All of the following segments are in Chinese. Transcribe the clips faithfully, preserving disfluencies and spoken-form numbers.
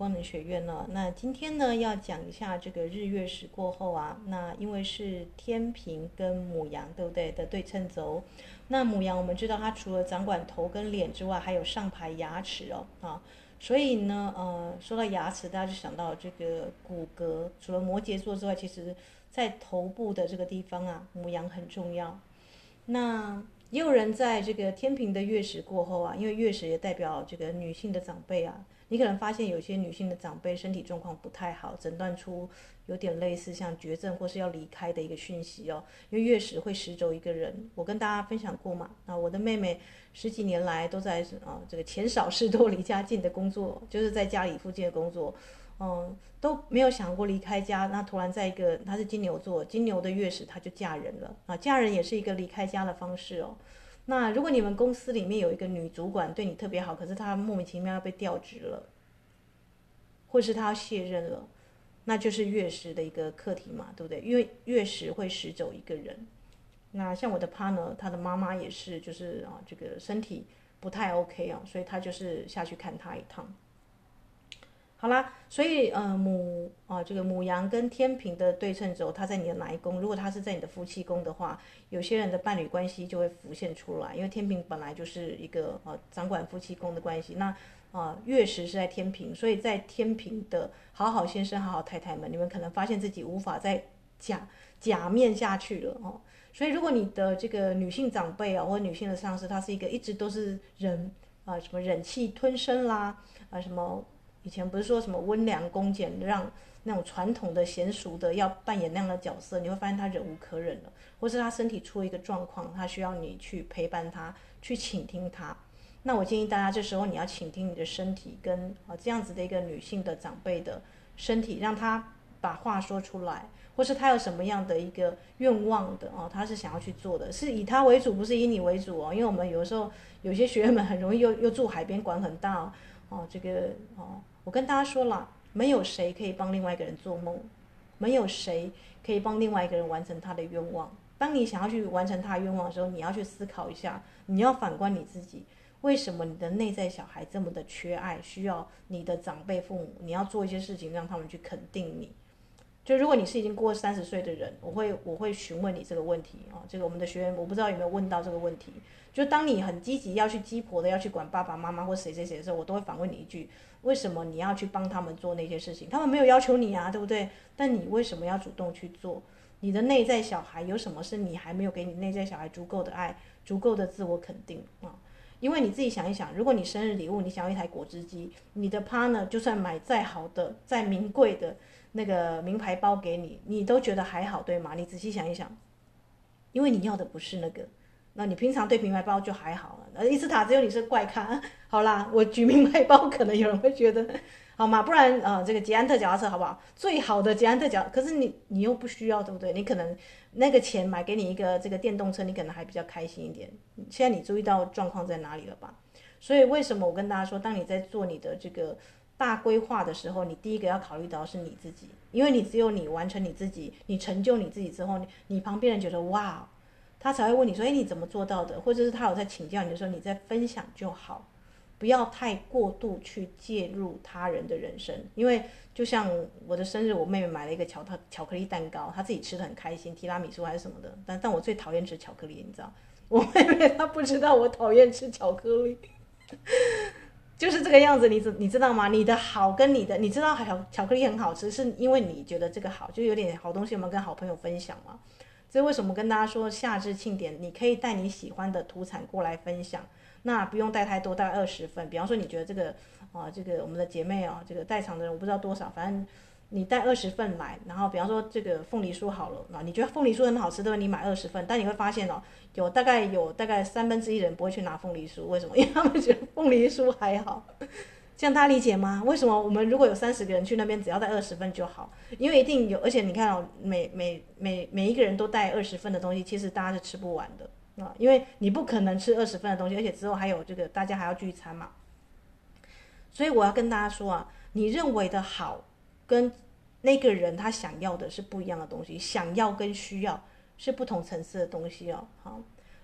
光能学院呢。那今天呢要讲一下这个日月食过后啊，那因为是天平跟母羊，对不对的对称轴。那母羊我们知道它除了掌管头跟脸之外，还有上排牙齿哦啊，所以呢呃说到牙齿，大家就想到这个骨骼。除了摩羯座之外，其实在头部的这个地方啊，母羊很重要。那也有人在这个天平的月食过后啊，因为月食也代表这个女性的长辈啊，你可能发现有些女性的长辈身体状况不太好，诊断出有点类似像绝症或是要离开的一个讯息哦。因为月食会食走一个人，我跟大家分享过嘛，啊，我的妹妹十几年来都在啊这个钱少事多离家近的工作，就是在家里附近的工作。嗯，都没有想过离开家。那突然在一个，她是金牛座，金牛的月食，她就嫁人了啊！嫁人也是一个离开家的方式哦。那如果你们公司里面有一个女主管对你特别好，可是她莫名其妙要被调职了，或是她要卸任了，那就是月食的一个课题嘛，对不对？因为月食会食走一个人。那像我的 partner， 他的妈妈也是，就是啊，这个身体不太 OK 啊，所以他就是下去看他一趟。好啦，所以呃母啊这个母羊跟天平的对称轴，它在你的哪一宫？如果它是在你的夫妻宫的话，有些人的伴侣关系就会浮现出来，因为天平本来就是一个呃掌管夫妻宫的关系。那啊月食是在天平，所以在天平的好好先生、好好太太们，你们可能发现自己无法再假假面下去了哦。所以如果你的这个女性长辈啊，或者女性的上司，她是一个一直都是忍啊、呃、什么忍气吞声啦啊、呃、什么。以前不是说什么温良恭俭让，那种传统的娴熟的要扮演那样的角色，你会发现他忍无可忍了，或是他身体出了一个状况，他需要你去陪伴他，去倾听他。那我建议大家这时候你要倾听你的身体跟啊这样子的一个女性的长辈的身体，让他把话说出来，或是他有什么样的一个愿望的哦，他是想要去做的，是以他为主，不是以你为主哦。因为我们有时候有些学员们很容易又又住海边，管很大哦，哦这个哦。我跟大家说了，没有谁可以帮另外一个人做梦，没有谁可以帮另外一个人完成他的愿望。当你想要去完成他的愿望的时候，你要去思考一下，你要反观你自己，为什么你的内在小孩这么的缺爱，需要你的长辈父母，你要做一些事情让他们去肯定你。就如果你是已经过三十岁的人，我会我会询问你这个问题啊、哦。这个我们的学员我不知道有没有问到这个问题。就当你很积极要去鸡婆的要去管爸爸妈妈或谁谁谁的时候，我都会反问你一句：为什么你要去帮他们做那些事情？他们没有要求你啊，对不对？但你为什么要主动去做？你的内在小孩有什么是你还没有给你内在小孩足够的爱、足够的自我肯定啊？因为你自己想一想，如果你生日礼物你想要一台果汁机，你的 partner 就算买再好的、再名贵的那个名牌包给你，你都觉得还好，对吗？你仔细想一想，因为你要的不是那个。那你平常对名牌包就还好了，伊斯塔只有你是怪咖。好啦，我举名牌包，可能有人会觉得，好嘛，不然呃，这个捷安特脚踏车好不好？最好的捷安特脚，可是你你又不需要，对不对？你可能那个钱买给你一个这个电动车，你可能还比较开心一点。现在你注意到状况在哪里了吧？所以为什么我跟大家说，当你在做你的这个大规划的时候，你第一个要考虑到是你自己，因为你只有你完成你自己，你成就你自己之后，你你旁边人觉得哇。他才会问你说：“哎，你怎么做到的？”或者是他有在请教你的时候，你在分享就好，不要太过度去介入他人的人生。因为就像我的生日，我妹妹买了一个巧巧克力蛋糕，她自己吃得很开心，提拉米苏还是什么的。但但我最讨厌吃巧克力，你知道？我妹妹她不知道我讨厌吃巧克力，就是这个样子。你知你知道吗？你的好跟你的，你知道巧巧克力很好吃，是因为你觉得这个好，就有点好东西，我们跟好朋友分享嘛。这为什么跟大家说夏至庆典，你可以带你喜欢的土产过来分享，那不用带太多，大概二十份。比方说你觉得这个啊，这个我们的姐妹啊，这个在场的人我不知道多少，反正你带二十份来，然后比方说这个凤梨酥好了，那你觉得凤梨酥很好吃，对吧？你买二十份，但你会发现哦，有大概有大概三分之一人不会去拿凤梨酥，为什么？因为他们觉得凤梨酥还好。这样大家理解吗？为什么我们如果有三十个人去那边，只要带二十份就好？因为一定有，而且你看哦，每每每每一个人都带二十份的东西，其实大家是吃不完的啊，因为你不可能吃二十份的东西，而且之后还有这个大家还要聚餐嘛。所以我要跟大家说啊，你认为的好，跟那个人他想要的是不一样的东西，想要跟需要是不同层次的东西哦。好，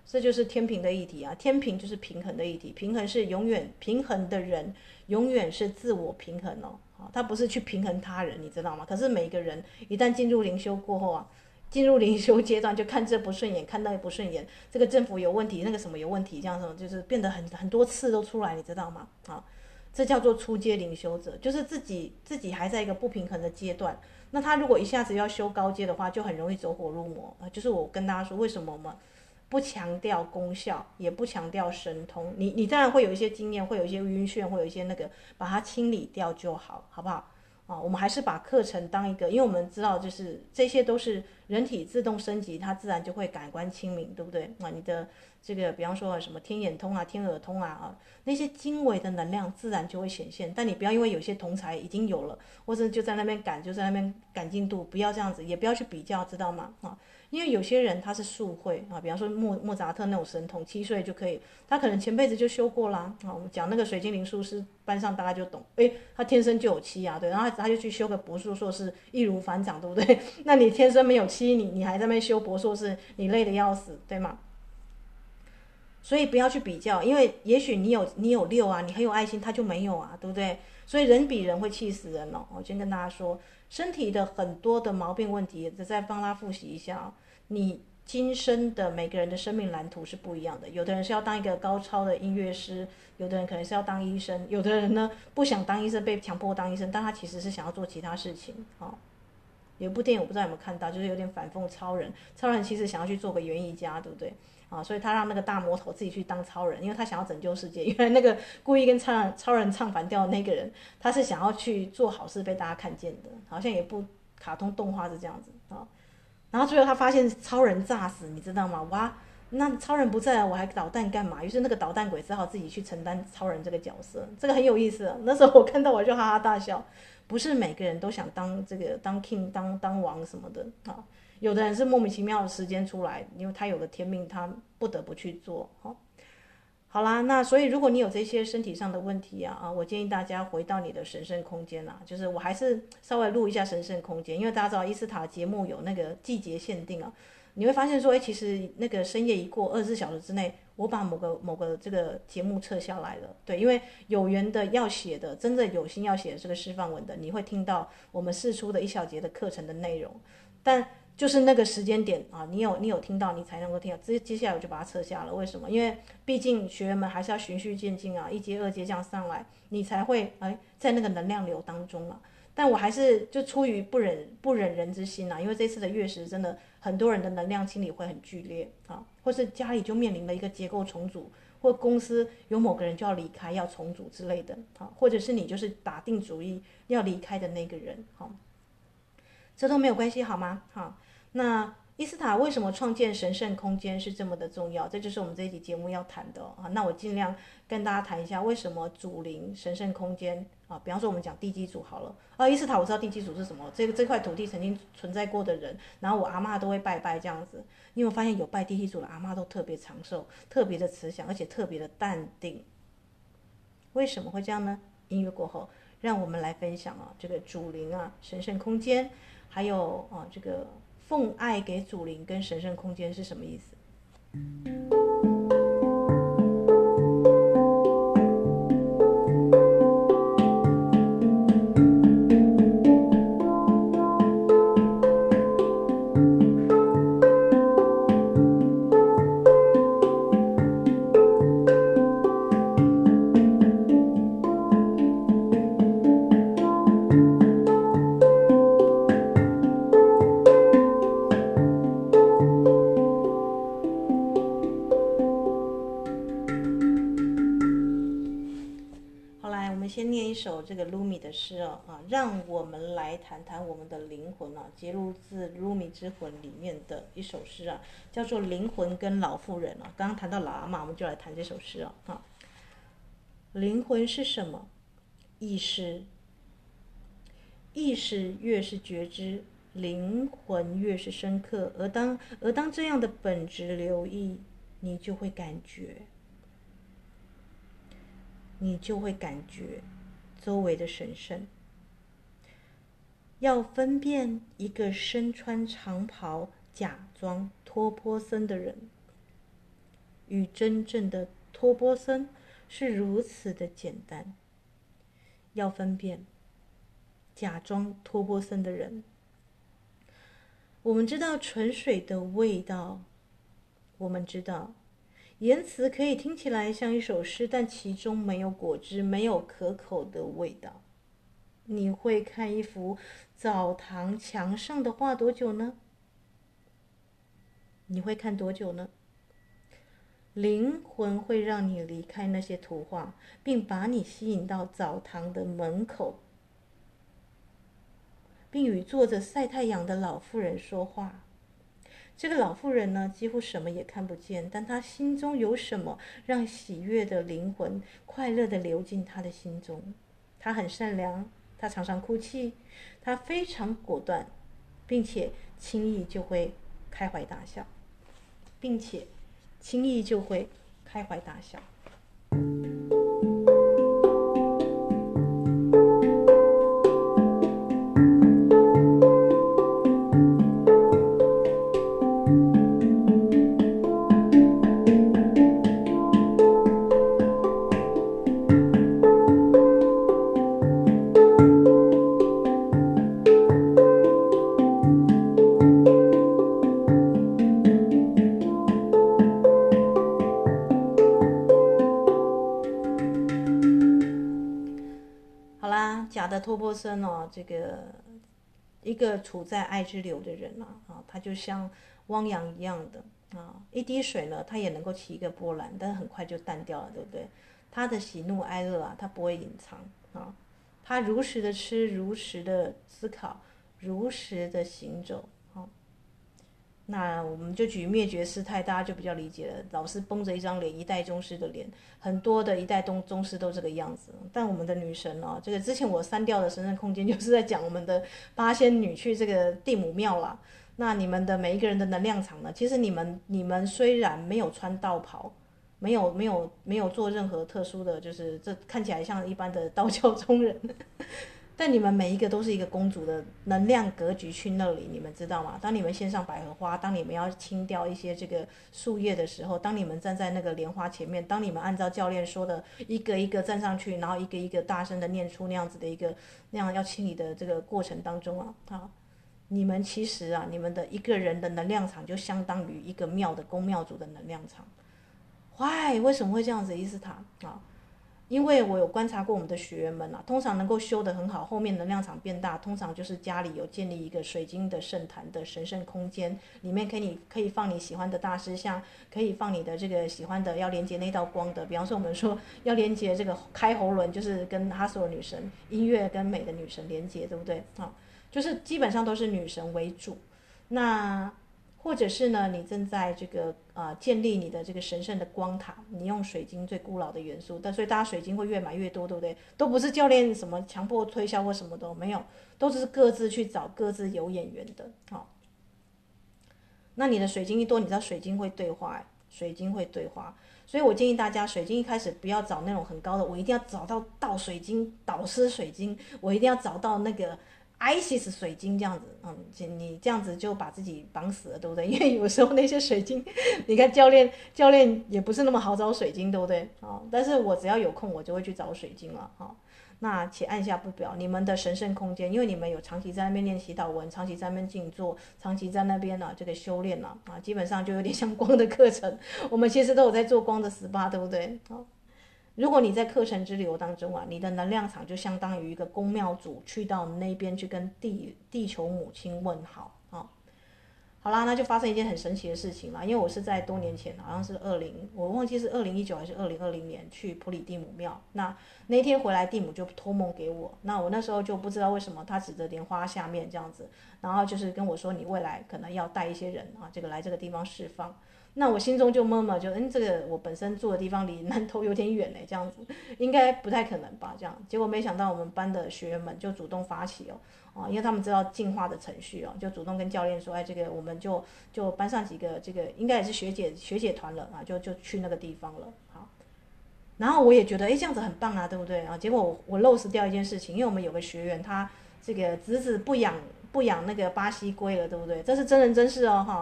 这就是天平的议题啊，天平就是平衡的议题，平衡是永远平衡的人，永远是自我平衡哦，他不是去平衡他人，你知道吗？可是每个人一旦进入灵修过后啊，进入灵修阶段就看这不顺眼，看那个不顺眼，这个政府有问题，那个什么有问题，这样什么就是变得很很多次都出来，你知道吗？啊，这叫做初阶灵修者，就是自己自己还在一个不平衡的阶段。那他如果一下子要修高阶的话，就很容易走火入魔啊。就是我跟大家说，为什么我们不强调功效，也不强调神通？你你当然会有一些经验，会有一些晕眩，会有一些那个，把它清理掉就好，好不好？啊，我们还是把课程当一个，因为我们知道，就是这些都是人体自动升级，它自然就会感官清明，对不对？啊，你的这个，比方说什么天眼通啊、天耳通啊啊，那些精微的能量自然就会显现。但你不要因为有些同才已经有了，或者就在那边赶，就在那边赶进度，不要这样子，也不要去比较，知道吗？啊，因为有些人他是速会啊，比方说莫莫扎特那种神童，七岁就可以，他可能前辈子就修过啦。啊，我们讲那个水晶灵术师班上大家就懂，诶，他天生就有七啊，对，然后他就去修个博士硕士，易如反掌，对不对？那你天生没有七，你你还在那边修博硕士，你累得要死，对吗？所以不要去比较，因为也许你有你有六啊，你很有爱心，他就没有啊，对不对？所以人比人会气死人哦。我先跟大家说，身体的很多的毛病问题，再帮他复习一下啊。你今生的每个人的生命蓝图是不一样的，有的人是要当一个高超的音乐师，有的人可能是要当医生，有的人呢不想当医生，被强迫当医生，但他其实是想要做其他事情啊。有一部电影我不知道有没有看到，就是有点反讽超人，超人其实想要去做个园艺家，对不对？啊，所以他让那个大魔头自己去当超人，因为他想要拯救世界。因为那个故意跟超人超人唱反调的那个人，他是想要去做好事被大家看见的，好像有一部卡通动画是这样子啊。然后最后他发现超人炸死，你知道吗？哇，那超人不在了，我还捣蛋干嘛？于是那个捣蛋鬼只好自己去承担超人这个角色，这个很有意思。那时候我看到我就哈哈大笑。不是每个人都想当这个当 king 当当王什么的啊，有的人是莫名其妙的时间出来，因为他有个天命，他不得不去做。好，好啦，那所以如果你有这些身体上的问题啊啊，我建议大家回到你的神圣空间啦。就是我还是稍微录一下神圣空间，因为大家知道伊斯塔节目有那个季节限定啊。你会发现说，哎，其实那个深夜一过，二十四小时之内，我把某个某个这个节目撤下来了。对，因为有缘的要写的，真的有心要写的这个释放文的，你会听到我们释出的一小节的课程的内容，但就是那个时间点啊，你有你有听到，你才能够听到。接接下来我就把它撤下了。为什么？因为毕竟学员们还是要循序渐进啊，一阶二阶这样上来，你才会哎在那个能量流当中啊。但我还是就出于不忍不忍人之心啊，因为这次的月食真的很多人的能量清理会很剧烈啊，或是家里就面临了一个结构重组，或公司有某个人就要离开要重组之类的啊，或者是你就是打定主意要离开的那个人，好，这都没有关系好吗？好，那伊斯塔为什么创建神圣空间是这么的重要？这就是我们这一集节目要谈的啊。那我尽量跟大家谈一下为什么主灵神圣空间啊，比方说我们讲地基组好了啊，伊斯塔我知道地基组是什么，这个这块土地曾经存在过的人，然后我阿嬷都会拜拜这样子。因为我发现有拜地基组的阿嬷都特别长寿，特别的慈祥，而且特别的淡定。为什么会这样呢？音乐过后，让我们来分享啊，这个主灵啊，神圣空间，还有啊这个。奉爱给主灵跟神圣空间是什么意思？首这个 Rumi 的诗哦啊，让我们来谈谈我们的灵魂啊，节录自 Rumi 之魂里面的一首诗啊，叫做《灵魂跟老妇人》啊。刚刚谈到老阿嬷，我们就来谈这首诗啊。啊，灵魂是什么？意识，意识越是觉知，灵魂越是深刻。而当而当这样的本质留意，你就会感觉，你就会感觉。周围的神圣，要分辨一个身穿长袍、假装托钵僧的人， 与真正的托钵僧是如此的简单。要分辨假装托钵僧的人。我们知道纯水的味道，我们知道言辞可以听起来像一首诗，但其中没有果汁，没有可口的味道。你会看一幅澡堂墙上的画多久呢？你会看多久呢？灵魂会让你离开那些图画，并把你吸引到澡堂的门口，并与坐着晒太阳的老妇人说话。这个老妇人呢，几乎什么也看不见，但她心中有什么，让喜悦的灵魂快乐地流进她的心中。她很善良，她常常哭泣，她非常果断，并且轻易就会开怀大笑，并且轻易就会开怀大笑。假的托钵僧哦，这个一个处在爱之流的人啊，啊，他就像汪洋一样的啊，一滴水呢，它也能够起一个波澜，但是很快就淡掉了，对不对？他的喜怒哀乐啊，他不会隐藏啊，他如实的吃，如实的思考，如实的行走。那我们就举灭绝师太，大家就比较理解了。老师绷着一张脸，一代宗师的脸，很多的一代宗宗师都这个样子。但我们的女神哦，这个之前我删掉的神圣空间，就是在讲我们的八仙女去这个地母庙啦。那你们的每一个人的能量场呢？其实你们你们虽然没有穿道袍，没有没有没有做任何特殊的，就是这看起来像一般的道教中人。但你们每一个都是一个公主的能量格局去那里，你们知道吗？当你们献上百合花，当你们要清掉一些这个树叶的时候，当你们站在那个莲花前面，当你们按照教练说的一个一个站上去，然后一个一个大声的念出那样子的一个那样要清理的这个过程当中啊，啊，你们其实啊，你们的一个人的能量场就相当于一个庙的宫庙主的能量场。Why？ 为什么会这样子？伊斯塔啊？因为我有观察过我们的学员们啊，通常能够修得很好，后面能量场变大，通常就是家里有建立一个水晶的圣坛的神圣空间，里面可以可以放你喜欢的大师像，可以放你的这个喜欢的要连接那道光的，比方说我们说要连接这个开喉轮，就是跟哈索尔女神音乐跟美的女神连接，对不对啊？就是基本上都是女神为主。那或者是呢，你正在这个呃建立你的这个神圣的光塔，你用水晶最古老的元素，但所以大家水晶会越买越多，对不对？都不是教练什么强迫推销或什么都没有，都是各自去找各自有眼缘的。好、哦，那你的水晶一多，你知道水晶会对话，水晶会对话，所以我建议大家，水晶一开始不要找那种很高的，我一定要找到倒水晶、导师水晶，我一定要找到那个。Isis 水晶这样子，嗯，你这样子就把自己绑死了，对不对？因为有时候那些水晶，你看教练教练也不是那么好找水晶，对不对？啊、哦，但是我只要有空，我就会去找水晶了，哈、哦。那且按下不表，你们的神圣空间，因为你们有长期在那边练祈祷文，长期在那边静坐，长期在那边呢、啊、这个修炼了啊，基本上就有点像光的课程。我们其实都有在做光的 S P A， 对不对？啊、哦。如果你在课程之流当中啊，你的能量场就相当于一个宫庙主去到那边去跟地地球母亲问好啊、哦。好啦，那就发生一件很神奇的事情啦，因为我是在多年前，好像是二零，我忘记是二零一九还是二零二零年去普里地母庙。那那天回来，地母就托梦给我，那我那时候就不知道为什么他指着莲花下面这样子，然后就是跟我说你未来可能要带一些人啊，这个来这个地方释放。那我心中就默默就，嗯，这个我本身住的地方离南投有点远嘞，这样子应该不太可能吧？这样，结果没想到我们班的学员们就主动发起哦，啊，因为他们知道进化的程序哦，就主动跟教练说，哎，这个我们就就班上几个这个应该也是学姐学姐团了啊，就就去那个地方了，好。然后我也觉得，哎，这样子很棒啊，对不对啊？结果我我漏失掉一件事情，因为我们有个学员他这个侄子不养不养那个巴西龟了，对不对？这是真人真事哦，哈。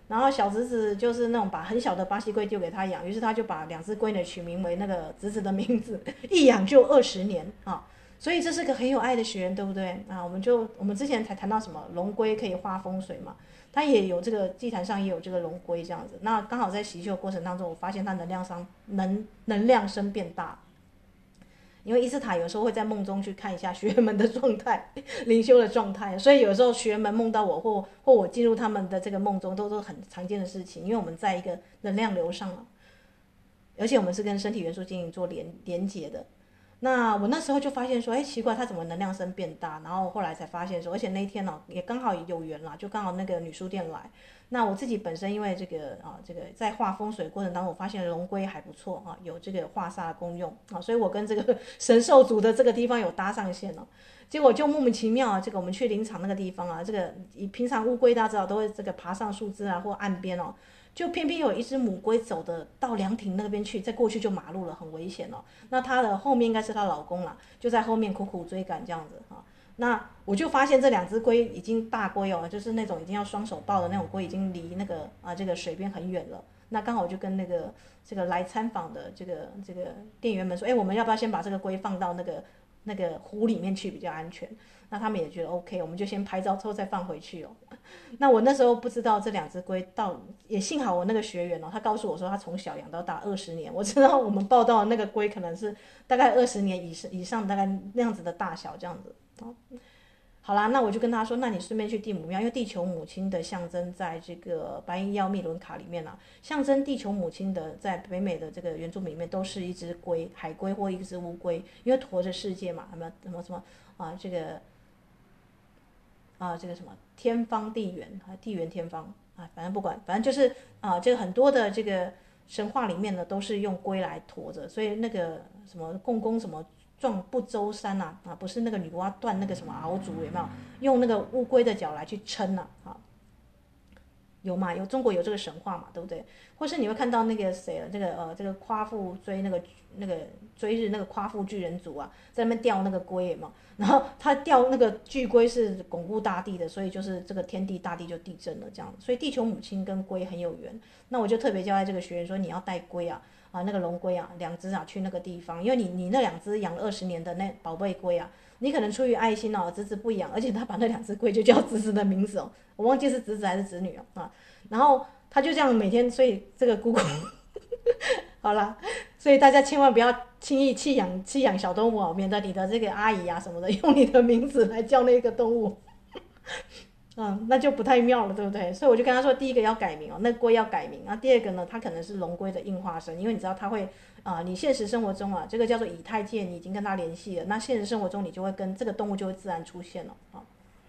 然后小侄子就是那种把很小的巴西龟丢给他养，于是他就把两只龟呢取名为那个侄子的名字，一养就二十年啊。所以这是个很有爱的学员，对不对啊？我们就我们之前才谈到什么龙龟可以画风水嘛，它也有这个祭坛上也有这个龙龟这样子。那刚好在习修过程当中，我发现它能量上能能量升变大。因为伊斯塔有时候会在梦中去看一下学员们的状态，灵修的状态，所以有时候学员们梦到我，或或我进入他们的这个梦中，都是很常见的事情。因为我们在一个能量流上了，而且我们是跟身体元素进行做连连接的。那我那时候就发现说，哎，奇怪，他怎么能量声变大？然后后来才发现说，而且那一天呢、哦，也刚好有缘啦，就刚好那个女书店来。那我自己本身因为这个啊，这个在画风水过程当中，我发现龙龟还不错啊，有这个化煞的功用啊，所以我跟这个神兽族的这个地方有搭上线了。结果就莫名其妙啊，这个我们去林场那个地方啊，这个平常乌龟大家知道都会这个爬上树枝啊或岸边哦。就偏偏有一只母龟走的到凉亭那边去，再过去就马路了，很危险哦。那她的后面应该是她老公啦，就在后面苦苦追赶这样子哈。那我就发现这两只龟已经大龟哦，就是那种已经要双手抱的那种龟，已经离那个啊这个水边很远了。那刚好我就跟那个这个来参访的这个这个店员们说，哎，我们要不要先把这个龟放到那个那个湖里面去比较安全？那他们也觉得 OK， 我们就先拍照之后再放回去哦。那我那时候不知道这两只龟到，也幸好我那个学员哦，他告诉我说他从小养到大二十年，我知道我们报道的那个龟可能是大概二十年以上以上，大概那样子的大小这样子哦。好啦，那我就跟他说，那你顺便去地母庙，因为地球母亲的象征在这个白银曜密伦卡里面啊，象征地球母亲的在北美的这个原住民里面都是一只龟，海龟或一只乌龟，因为驮着世界嘛，什么什么什么啊，这个。啊，这个什么天方地缘啊，地缘天方啊，反正不管，反正就是啊，这个很多的这个神话里面呢，都是用龟来驮着，所以那个什么共工什么撞不周山呐、啊，啊，不是那个女娲断那个什么鳌足有没有？用那个乌龟的脚来去撑呐、啊，啊，有嘛？有中国有这个神话嘛，对不对？或是你会看到那个谁，这个呃，这个夸父追那个那个追日那个夸父巨人族啊，在那边钓那个龟嘛，然后他钓那个巨龟是巩固大地的，所以就是这个天地大地就地震了这样，所以地球母亲跟龟很有缘。那我就特别交代这个学员说，你要带龟啊啊那个龙龟啊两只啊去那个地方，因为你你那两只养了二十年的那宝贝龟啊。你可能出于爱心哦，侄子不养，而且他把那两只龟就叫侄子的名字哦，我忘记是侄子还是侄女哦啊。然后他就这样每天，所以这个姑姑好啦，所以大家千万不要轻易弃养弃养小动物哦，免得你的这个阿姨啊什么的用你的名字来叫那个动物，嗯，那就不太妙了，对不对？所以我就跟他说，第一个要改名哦，那龟要改名啊。第二个呢，它可能是龙龟的应化身，因为你知道它会。啊、呃，你现实生活中啊，这个叫做以太界，你已经跟他联系了，那现实生活中你就会跟这个动物就会自然出现了啊。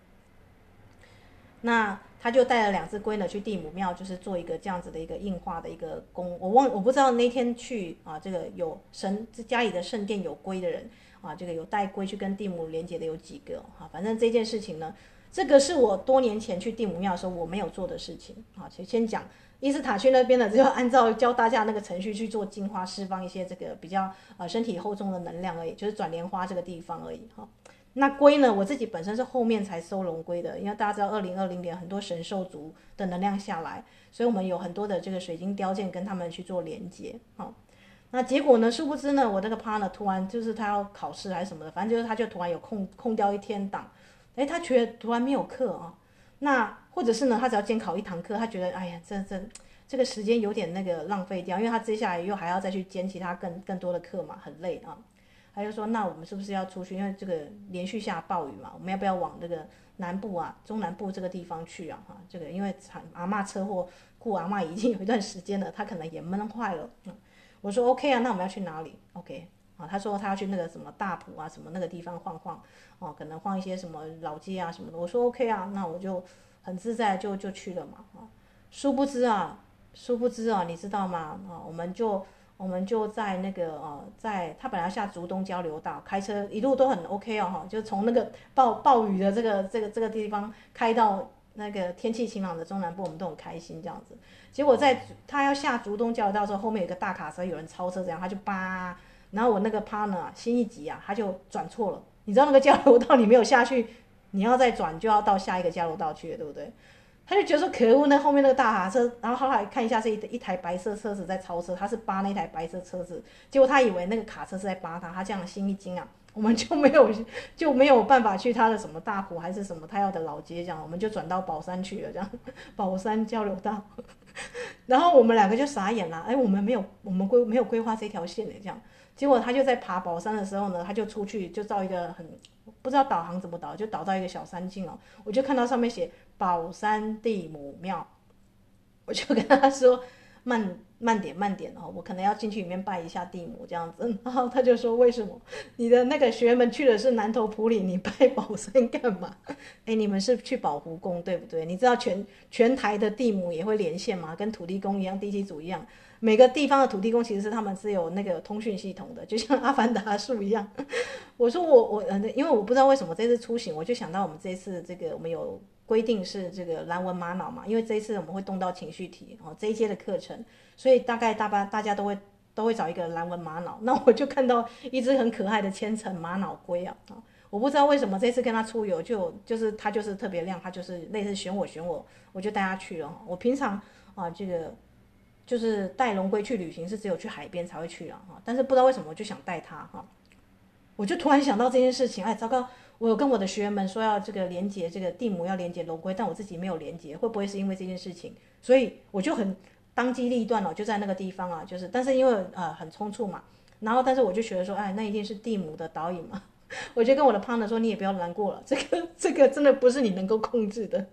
那他就带了两只龟呢去地母庙，就是做一个这样子的一个应化的一个功。我忘我不知道那天去啊，这个有神家里的圣殿有龟的人啊，这个有带龟去跟地母连接的有几个啊？反正这件事情呢，这个是我多年前去地母庙的时候我没有做的事情啊。先先讲。伊斯塔区那边呢，只有按照教大家那个程序去做净化，释放一些这个比较呃身体厚重的能量而已，就是转莲花这个地方而已哈。那龟呢，我自己本身是后面才收龙龟的，因为大家知道二零二零年很多神兽族的能量下来，所以我们有很多的这个水晶雕件跟他们去做连接哈。那结果呢，殊不知呢，我那个 partner 突然就是他要考试还是什么的，反正就是他就突然有空空掉一天档，哎，他觉得突然没有课啊。那或者是呢，他只要监考一堂课，他觉得哎呀，这这这个时间有点那个浪费掉，因为他接下来又还要再去监其他更更多的课嘛，很累啊。他就说，那我们是不是要出去？因为这个连续下暴雨嘛，我们要不要往这个南部啊、中南部这个地方去啊？哈，这个因为阿嬷车祸，顾阿嬷已经有一段时间了，他可能也闷坏了。嗯，我说 OK 啊，那我们要去哪里 ？OK。啊，他说他要去那个什么大埔啊，什么那个地方晃晃，哦，可能晃一些什么老街啊什么的。我说 OK 啊，那我就很自在就就去了嘛。啊，殊不知啊，殊不知啊，你知道吗？啊，我们就我们就在那个呃，在他本来要下竹东交流道，开车一路都很 OK 哦，哈，就从那个暴暴雨的这个这个这个地方开到那个天气晴朗的中南部，我们都很开心这样子。结果在他要下竹东交流道的时候，后面有个大卡车，有人超车，这样他就叭。然后我那个 partner 啊，新一集啊，他就转错了。你知道那个交流道你没有下去，你要再转就要到下一个交流道去了，对不对？ 他就觉得说可恶，那后面那个大卡车，然后后来看一下是一一台白色车子在超车，他是扒那台白色车子，结果他以为那个卡车是在扒他，他这样心一惊啊，我们就没有就没有办法去他的什么大湖还是什么他要的老街这样，我们就转到宝山去了这样，宝山交流道，然后我们两个就傻眼了，哎，我们没有我们规没有规划这条线的这样，结果他就在爬宝山的时候呢，他就出去就到一个很不知道导航怎么导，就导到一个小山径哦，我就看到上面写宝山地母庙，我就跟他说慢慢点慢点哦，我可能要进去里面拜一下地母这样子。然后他就说为什么你的那个学员们去的是南投埔里，你拜宝山干嘛？哎，你们是去宝湖宫对不对？你知道全全台的地母也会连线吗？跟土地公一样，地基主一样。每个地方的土地公其实是他们是有那个通讯系统的，就像阿凡达树一样。我说我我因为我不知道为什么这次出行，我就想到我们这次这个我们有规定是这个蓝纹玛瑙嘛，因为这一次我们会动到情绪题哦这一阶的课程，所以大概大家大家都会都会找一个蓝纹玛瑙。那我就看到一只很可爱的千层玛瑙龟啊，我不知道为什么这次跟他出游就就是他就是特别亮，他就是类似选我选我，我就带他去了。我平常啊这个。就是带龙龟去旅行是只有去海边才会去啊，但是不知道为什么我就想带他哈，我就突然想到这件事情，哎，糟糕，我有跟我的学员们说要这个连接这个地母要连接龙龟，但我自己没有连接，会不会是因为这件事情？所以我就很当机立断了，就在那个地方啊，就是但是因为呃很匆促嘛，然后但是我就觉得说，哎，那一定是地母的导引嘛，我就跟我的 partner 说，你也不要难过了，这个这个真的不是你能够控制的。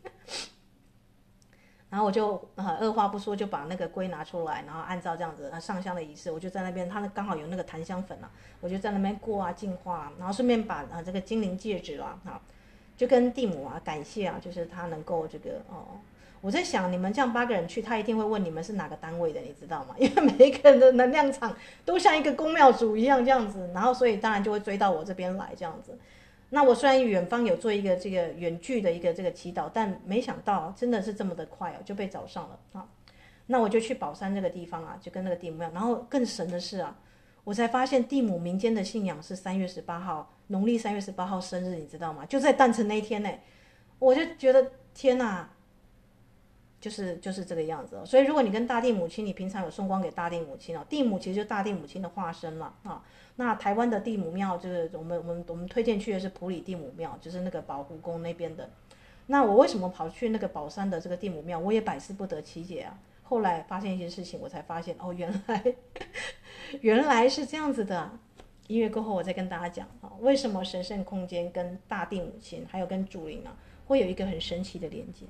然后我就呃二话不说就把那个龟拿出来，然后按照这样子上香的仪式，我就在那边，他刚好有那个檀香粉啊，我就在那边过啊净化啊，然后顺便把啊这个精灵戒指啊，啊就跟地母啊感谢啊，就是他能够这个哦，我在想你们这样八个人去，他一定会问你们是哪个单位的，你知道吗？因为每一个人的能量场都像一个宫庙主一样这样子，然后所以当然就会追到我这边来这样子。那我虽然远方有做一个这个远距的一个这个祈祷，但没想到真的是这么的快哦，就被找上了啊。那我就去宝山这个地方啊，就跟那个地母庙，然后更神的是啊，我才发现地母民间的信仰是三月十八号，农历三月十八号生日，你知道吗？就在诞辰那一天呢，我就觉得天哪！就是就是这个样子、哦，所以如果你跟大地母亲，你平常有送光给大地母亲哦，地母其实就是大地母亲的化身了啊。那台湾的地母庙，这个我们我们我们推荐去的是埔里地母庙，就是那个宝湖宫那边的。那我为什么跑去那个宝山的这个地母庙，我也百思不得其解啊。后来发现一件事情，我才发现哦，原来原来是这样子的。音乐过后，我再跟大家讲啊，为什么神圣空间跟大地母亲还有跟主灵啊，会有一个很神奇的连接。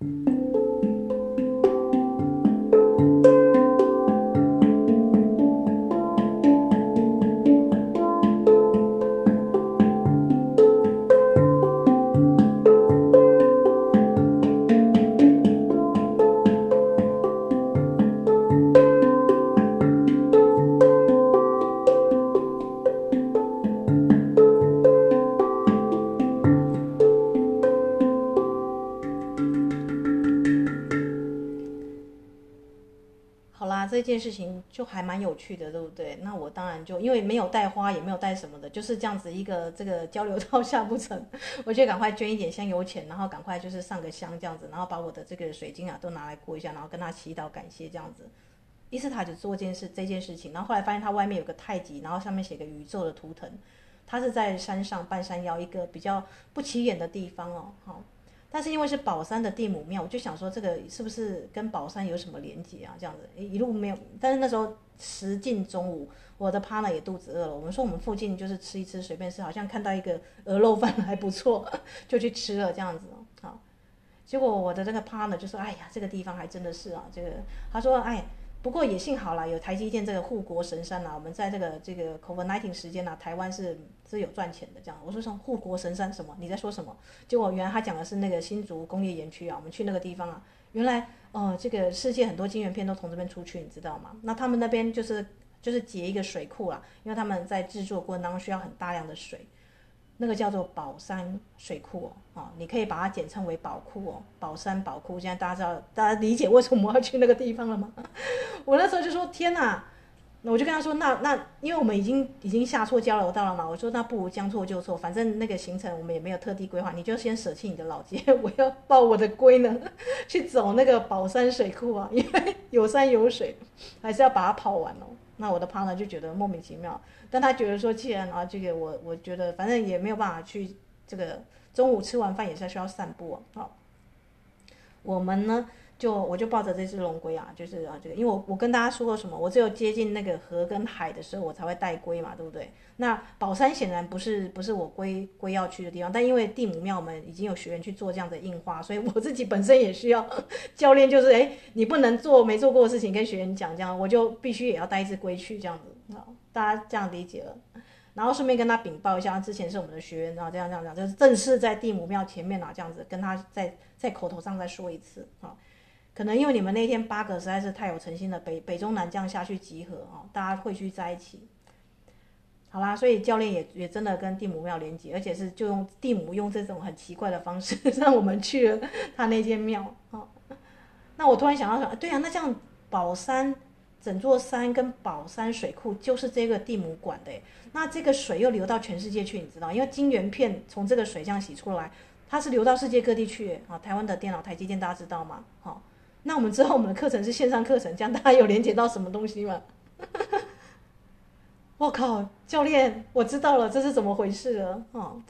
这件事情就还蛮有趣的，对不对？那我当然就因为没有带花，也没有带什么的，就是这样子一个这个交流道下不成，我就赶快捐一点香油钱，然后赶快就是上个香这样子，然后把我的这个水晶啊都拿来过一下，然后跟他祈祷感谢这样子。伊斯塔就做这件事这件事情，然后后来发现他外面有个太极，然后上面写个宇宙的图腾，他是在山上半山腰一个比较不起眼的地方哦，好。但是因为是宝山的地母庙，我就想说这个是不是跟宝山有什么连结啊？这样子一路没有，但是那时候时近中午，我的 partner 也肚子饿了。我们说我们附近就是吃一吃，随便吃，好像看到一个鹅肉饭还不错，就去吃了这样子哦。好，结果我的这个 partner 就说：“哎呀，这个地方还真的是啊，这个他说哎。”不过也幸好啦，有台积电这个护国神山啦，我们在这个这个 COVID 十九 时间啦，台湾是是有赚钱的这样。我说什么护国神山什么？你在说什么？结果原来他讲的是那个新竹工业园区啊，我们去那个地方啊，原来呃这个世界很多晶圆片都从这边出去，你知道吗？那他们那边就是就是结一个水库啦，因为他们在制作过程当中需要很大量的水。那个叫做宝山水库哦，哦，你可以把它简称为宝库哦，宝山宝库。现在大家知道，大家理解为什么我要去那个地方了吗？我那时候就说天哪， 那我就跟他说，那那因为我们已经已经下错交流道了嘛，我说那不如将错就错，反正那个行程我们也没有特地规划，你就先舍弃你的老街，我要抱我的龟呢去走那个宝山水库啊，因为有山有水，还是要把它跑完哦。那我的 partner 就觉得莫名其妙，但他觉得说，既然啊这个我我觉得反正也没有办法去这个中午吃完饭也是需要散步啊，好，我们呢。就我就抱着这只龙龟啊，就是啊这个，因为我我跟大家说过什么，我只有接近那个河跟海的时候，我才会带龟嘛，对不对？那宝山显然不是不是我龟龟要去的地方，但因为地母庙我们已经有学员去做这样的印花，所以我自己本身也需要教练，就是哎，你不能做没做过的事情跟学员讲，这样我就必须也要带一只龟去这样子，好，大家这样理解了。然后顺便跟他禀报一下，之前是我们的学员，然后这样这样讲，就是正式在地母庙前面啊，这样子跟他在在口头上再说一次啊。可能因为你们那天八个实在是太有诚心了，北北中南这样下去集合哦，大家汇聚在一起，好啦，所以教练也也真的跟地母庙连接，而且是就用地母用这种很奇怪的方式让我们去了他那间庙哦。那我突然想到说，对啊，那这样宝山整座山跟宝山水库就是这个地母管的，那这个水又流到全世界去，你知道，因为晶圆片从这个水这样洗出来，它是流到世界各地去啊。台湾的电脑台积电大家知道吗？好、哦。那我们之后我们的课程是线上课程，这样大家有连接到什么东西吗？我靠，教练，我知道了，这是怎么回事了哦。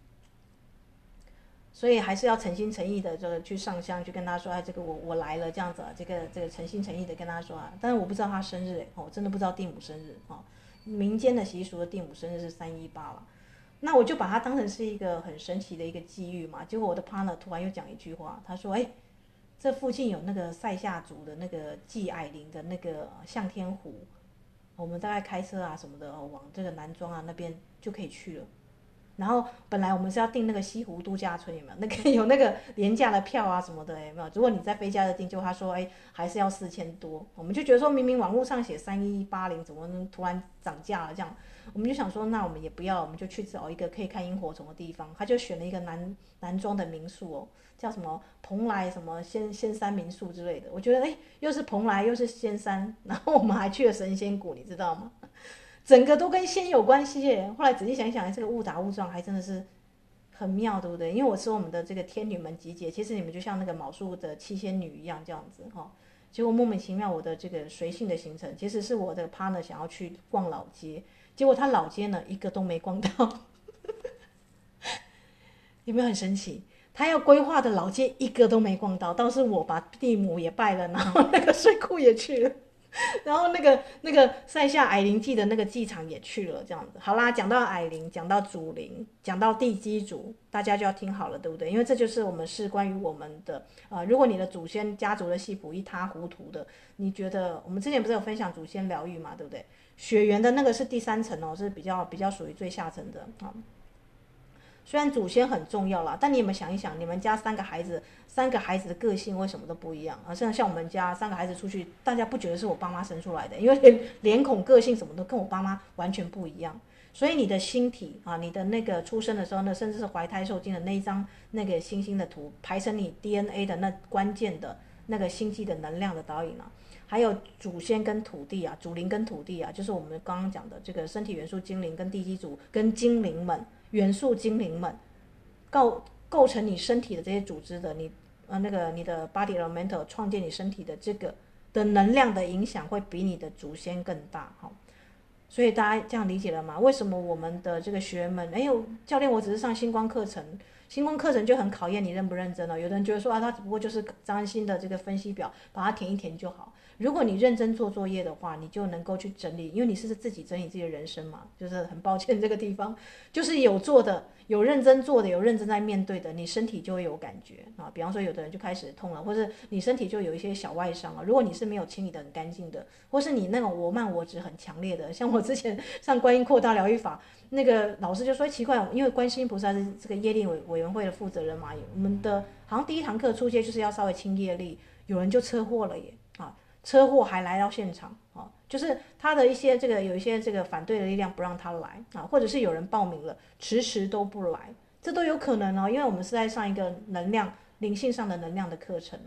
所以还是要诚心诚意的，这个去上香，去跟他说，哎，这个我我来了，这样子，这个这个诚心诚意的跟他说啊。但是我不知道他生日，哎，我真的不知道地母生日哦。民间的习俗的地母生日是三一八了，那我就把它当成是一个很神奇的一个际遇嘛。结果我的 partner 突然又讲一句话，他说，哎。这附近有那个塞夏族的那个祭矮灵的那个向天湖，我们大概开车啊什么的往这个南庄啊那边就可以去了。然后本来我们是要订那个西湖度假村，有没有？那个有那个廉价的票啊什么的，有没有？如果你在飞家的订，就他说哎还是要四千多，我们就觉得说明明网络上写三一八零，怎么突然涨价了这样？我们就想说，那我们也不要，我们就去找一个可以看萤火虫的地方。他就选了一个南南庄的民宿哦，叫什么蓬莱什么仙仙山民宿之类的。我觉得哎，又是蓬莱又是仙山，然后我们还去了神仙谷，你知道吗？整个都跟仙有关系耶。后来仔细想想，这个误打误撞还真的是很妙，对不对？因为我说我们的这个天女们集结，其实你们就像那个卯宿的七仙女一样这样子哈、哦。结果莫名其妙，我的这个随性的行程，其实是我的 partner 想要去逛老街，结果他老街呢一个都没逛到，有没有很神奇？他要规划的老街一个都没逛到，倒是我把地母也拜了，然后那个水库也去了。然后那个那个塞下矮灵祭的那个祭场也去了，这样子。好啦，讲到矮灵，讲到祖灵，讲到地基主，大家就要听好了，对不对？因为这就是我们是关于我们的呃，如果你的祖先家族的系谱一塌糊涂的，你觉得我们之前不是有分享祖先疗愈嘛，对不对？血缘的那个是第三层哦，是比较比较属于最下层的啊。虽然祖先很重要啦，但你有没有想一想，你们家三个孩子，三个孩子的个性为什么都不一样啊？像像我们家三个孩子出去，大家不觉得是我爸妈生出来的，因为连脸孔、个性什么都跟我爸妈完全不一样。所以你的星体啊，你的那个出生的时候呢，甚至是怀胎受精的那一张那个星星的图，排成你 D N A 的那关键的那个星际的能量的导引啊，还有祖先跟土地啊，祖灵跟土地啊，就是我们刚刚讲的这个身体元素精灵跟地基主跟精灵们。元素精灵们构构成你身体的这些组织的，你呃那个你的 body elemental 创建你身体的这个的能量的影响会比你的祖先更大哈。所以大家这样理解了吗？为什么我们的这个学员们，哎呦，教练我只是上星光课程，星光课程就很考验你认不认真了。有的人觉得说啊，他只不过就是张安心的这个分析表，把它填一填就好。如果你认真做作业的话，你就能够去整理，因为你是自己整理自己的人生嘛。就是很抱歉这个地方，就是有做的，有认真做的，有认真在面对的，你身体就会有感觉啊。比方说有的人就开始痛了，或者你身体就有一些小外伤啊。如果你是没有清理的很干净的，或是你那种我慢我执很强烈的，像我之前上观音扩大疗愈法，那个老师就说奇怪，因为观世音菩萨是这个业力委委员会的负责人嘛，我们的好像第一堂课出街就是要稍微清业力，有人就车祸了耶啊。车祸还来到现场啊，就是他的一些这个有一些这个反对的力量不让他来啊，或者是有人报名了迟迟都不来，这都有可能哦，因为我们是在上一个能量灵性上的能量的课程哦。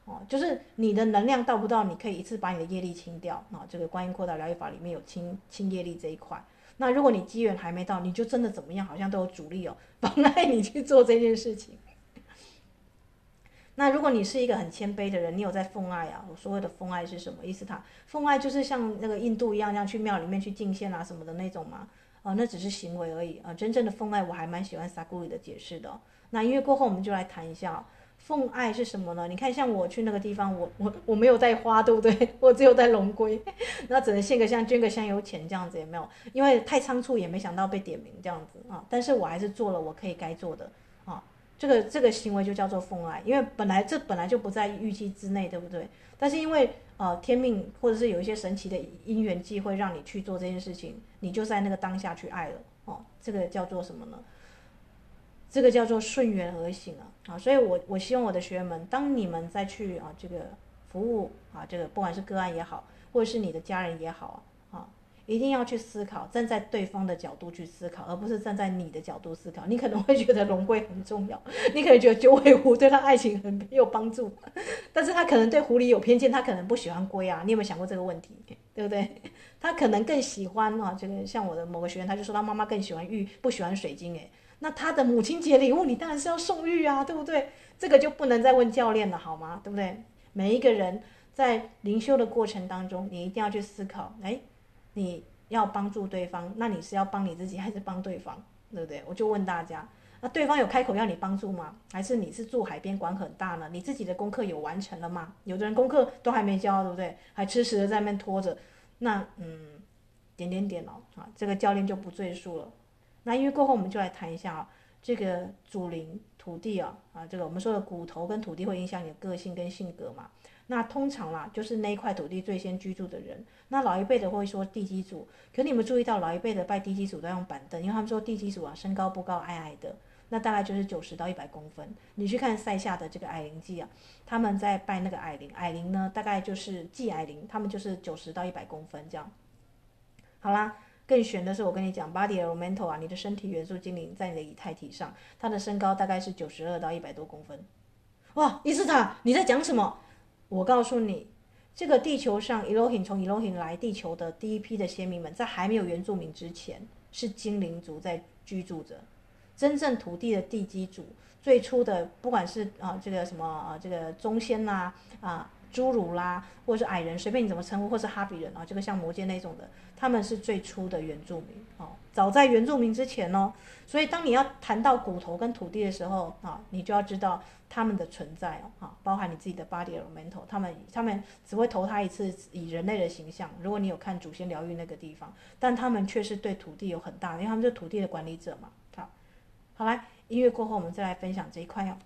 哦，就是你的能量到不到，你可以一次把你的业力清掉啊。这个观音扩大疗愈法里面有清清业力这一块。那如果你机缘还没到，你就真的怎么样，好像都有阻力哦，妨碍你去做这件事情。那如果你是一个很谦卑的人，你有在奉爱啊？我所谓的奉爱是什么意思？它奉爱就是像那个印度一样，这样去庙里面去敬献啊什么的那种嘛。呃，那只是行为而已啊、呃。真正的奉爱，我还蛮喜欢萨古里的解释的、哦。那音乐过后，我们就来谈一下、哦、奉爱是什么呢？你看，像我去那个地方，我我我没有带花，对不对？我只有带龙龟，那只能献个香，捐个香油钱这样子，有没有？因为太仓促，也没想到被点名这样子啊。但是我还是做了我可以该做的啊。这个这个行为就叫做奉爱，因为本来这本来就不在预期之内，对不对？但是因为呃天命或者是有一些神奇的因缘际会让你去做这件事情，你就在那个当下去爱了哦，这个叫做什么呢？这个叫做顺缘而行啊啊！所以我我希望我的学员们，当你们再去啊这个服务啊这个不管是个案也好，或者是你的家人也好啊。一定要去思考，站在对方的角度去思考，而不是站在你的角度思考。你可能会觉得龙龟很重要，你可能觉得九尾狐对他爱情很有帮助，但是他可能对狐狸有偏见，他可能不喜欢龟啊。你有没有想过这个问题？对不对？他可能更喜欢啊，这个像我的某个学员，他就说他妈妈更喜欢玉，不喜欢水晶。哎，那他的母亲节礼物，你当然是要送玉啊，对不对？这个就不能再问教练了，好吗？对不对？每一个人在灵修的过程当中，你一定要去思考，哎。你要帮助对方，那你是要帮你自己还是帮对方，对不对？我就问大家，那对方有开口要你帮助吗？还是你是住海边管很大呢？你自己的功课有完成了吗？有的人功课都还没交，对不对？还迟迟的在那边拖着，那嗯，点点点哦，啊，这个教练就不赘述了。那因为过后我们就来谈一下啊，这个祖灵土地啊，啊，这个我们说的骨头跟土地会影响你的个性跟性格嘛。那通常啦，就是那一块土地最先居住的人。那老一辈的会说地基主，可你们注意到老一辈的拜地基主都用板凳，因为他们说地基主啊身高不高，矮矮的，那大概就是九十到一百公分。你去看塞下的这个矮灵祭啊，他们在拜那个矮灵，矮灵呢大概就是祭矮灵，他们就是九十到一百公分这样。好啦，更玄的是我跟你讲 ，body elemental 啊，你的身体元素精灵在你的以太体上，它的身高大概是九十二到一百多公分。哇，伊斯塔，你在讲什么？我告诉你，这个地球上 Elohim 从 Elohim 来地球的第一批的先民们，在还没有原住民之前，是精灵族在居住着。真正土地的地基主，最初的不管是啊、呃、这个什么啊、呃、这个宗先啦啊侏儒啦，或者是矮人，随便你怎么称呼，或是哈比人啊，这个像魔界那种的，他们是最初的原住民哦，早在原住民之前哦。所以当你要谈到骨头跟土地的时候啊，你就要知道他们的存在哦，啊，包含你自己的 body elemental， 他们他们只会投胎一次，以人类的形象。如果你有看祖先疗愈那个地方，但他们却是对土地有很大的，因为他们是土地的管理者嘛。好，好来，音乐过后我们再来分享这一块哦。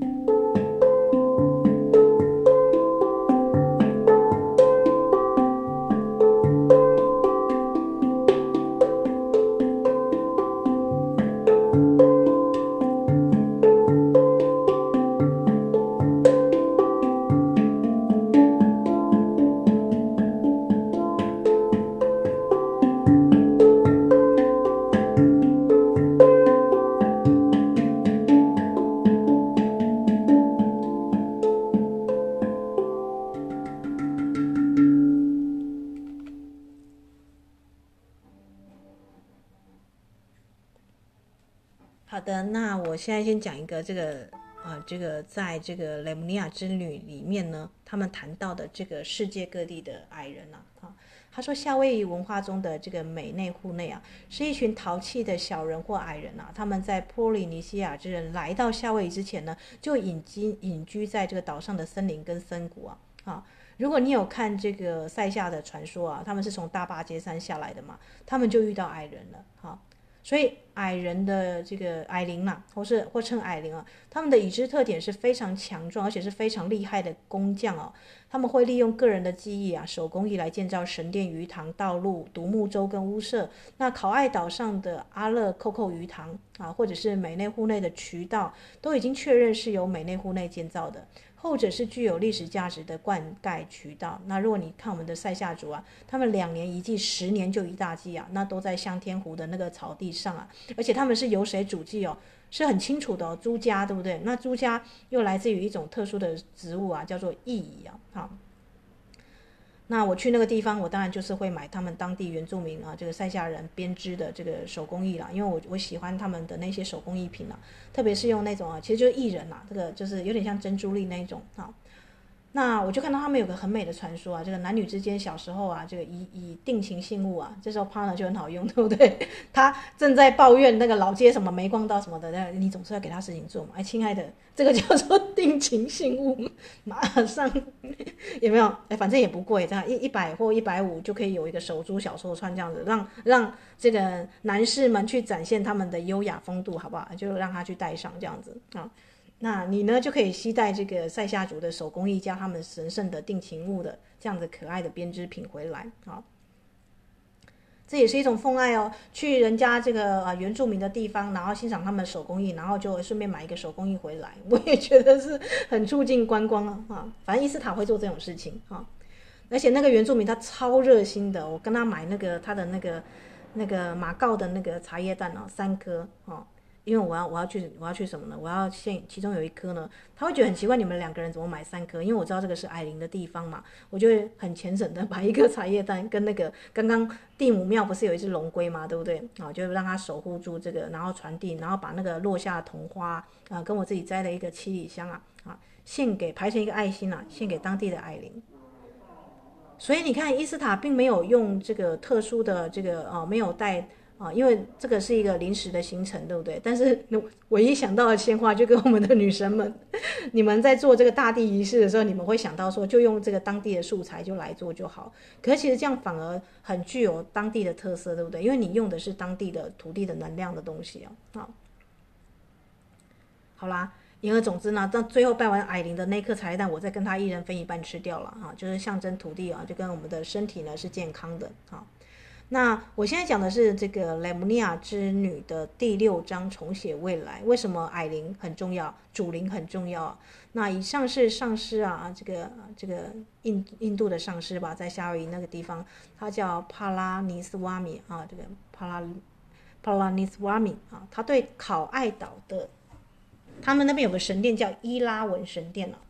好的，那我现在先讲一个这个呃，这个在这个雷姆尼亚之旅里面呢，他们谈到的这个世界各地的矮人啊，啊，他说夏威夷文化中的这个美内户内啊，是一群淘气的小人或矮人啊，他们在波利尼西亚之人来到夏威夷之前呢，就隐居隐居在这个岛上的森林跟森谷啊，啊。如果你有看这个塞夏的传说啊，他们是从大巴杰山下来的嘛，他们就遇到矮人了，好。所以矮人的这个矮灵啦，或是或称矮灵啊，他们的已知特点是非常强壮，而且是非常厉害的工匠哦。他们会利用个人的技艺啊，手工艺来建造神殿、鱼塘、道路、独木舟跟屋舍。那考爱岛上的阿勒扣扣鱼塘啊，或者是美内户内的渠道，都已经确认是由美内户内建造的。后者是具有历史价值的灌溉渠道。那如果你看我们的塞夏族啊，他们两年一季，十年就一大季啊，那都在香天湖的那个草地上啊，而且他们是由谁主祭哦？ 是很清楚的哦，朱家对不对？那朱家又来自于一种特殊的植物啊，叫做异蚁啊。好，那我去那个地方，我当然就是会买他们当地原住民啊，这个塞夏人编织的这个手工艺啦，因为我我喜欢他们的那些手工艺品啦，特别是用那种啊，其实就是薏仁啦，这个就是有点像珍珠粒那一种啊。那我就看到他们有个很美的传说啊，这个男女之间小时候啊，这个以以定情信物啊，这时候 partner 就很好用，对不对？他正在抱怨那个老街什么没逛到什么的，那你总是要给他事情做嘛。哎，亲爱的，这个叫做定情信物，马上有没有？哎，反正也不贵，这样一一百或一百五就可以有一个手珠小手串这样子，让让这个男士们去展现他们的优雅风度，好不好？就让他去戴上这样子啊。那你呢就可以携带这个塞夏族的手工艺加他们神圣的定情物的这样子可爱的编织品回来啊，这也是一种奉爱哦。去人家这个呃原住民的地方，然后欣赏他们的手工艺，然后就顺便买一个手工艺回来，我也觉得是很促进观光啊啊。反正伊斯塔会做这种事情啊，而且那个原住民他超热心的，我跟他买那个他的那个那个马告的那个茶叶蛋哦，三颗哦。因为我要我要去我要去什么呢？我要现其中有一颗呢，他会觉得很奇怪，你们两个人怎么买三颗？因为我知道这个是矮灵的地方嘛，我就会很虔诚的把一个茶叶蛋跟那个刚刚地母庙不是有一只龙龟嘛，对不对？啊，就让他守护住这个，然后传递，然后把那个落下的桐花啊，跟我自己摘了一个七里香啊啊，献给排成一个爱心啊，献给当地的矮灵。所以你看，伊斯塔并没有用这个特殊的这个呃，没有带。啊，因为这个是一个临时的行程，对不对？但是唯一想到的鲜花，就跟我们的女神们，你们在做这个大地仪式的时候，你们会想到说，就用这个当地的素材就来做就好。可是其实这样反而很具有当地的特色，对不对？因为你用的是当地的土地的能量的东西啊。好，好啦，言而总之呢，到最后拜完矮灵的那颗茶叶蛋，我再跟他一人分一半吃掉了啊，就是象征土地啊，就跟我们的身体呢是健康的啊。那我现在讲的是这个雷姆尼亚之女的第六章重写未来。为什么矮灵很重要，主灵很重要？那以上是上师啊，这个这个印印度的上师吧，在夏威夷那个地方，他叫帕拉尼斯瓦米啊，这个帕拉帕拉尼斯瓦米啊，他对考爱岛的，他们那边有个神殿叫伊拉文神殿啊。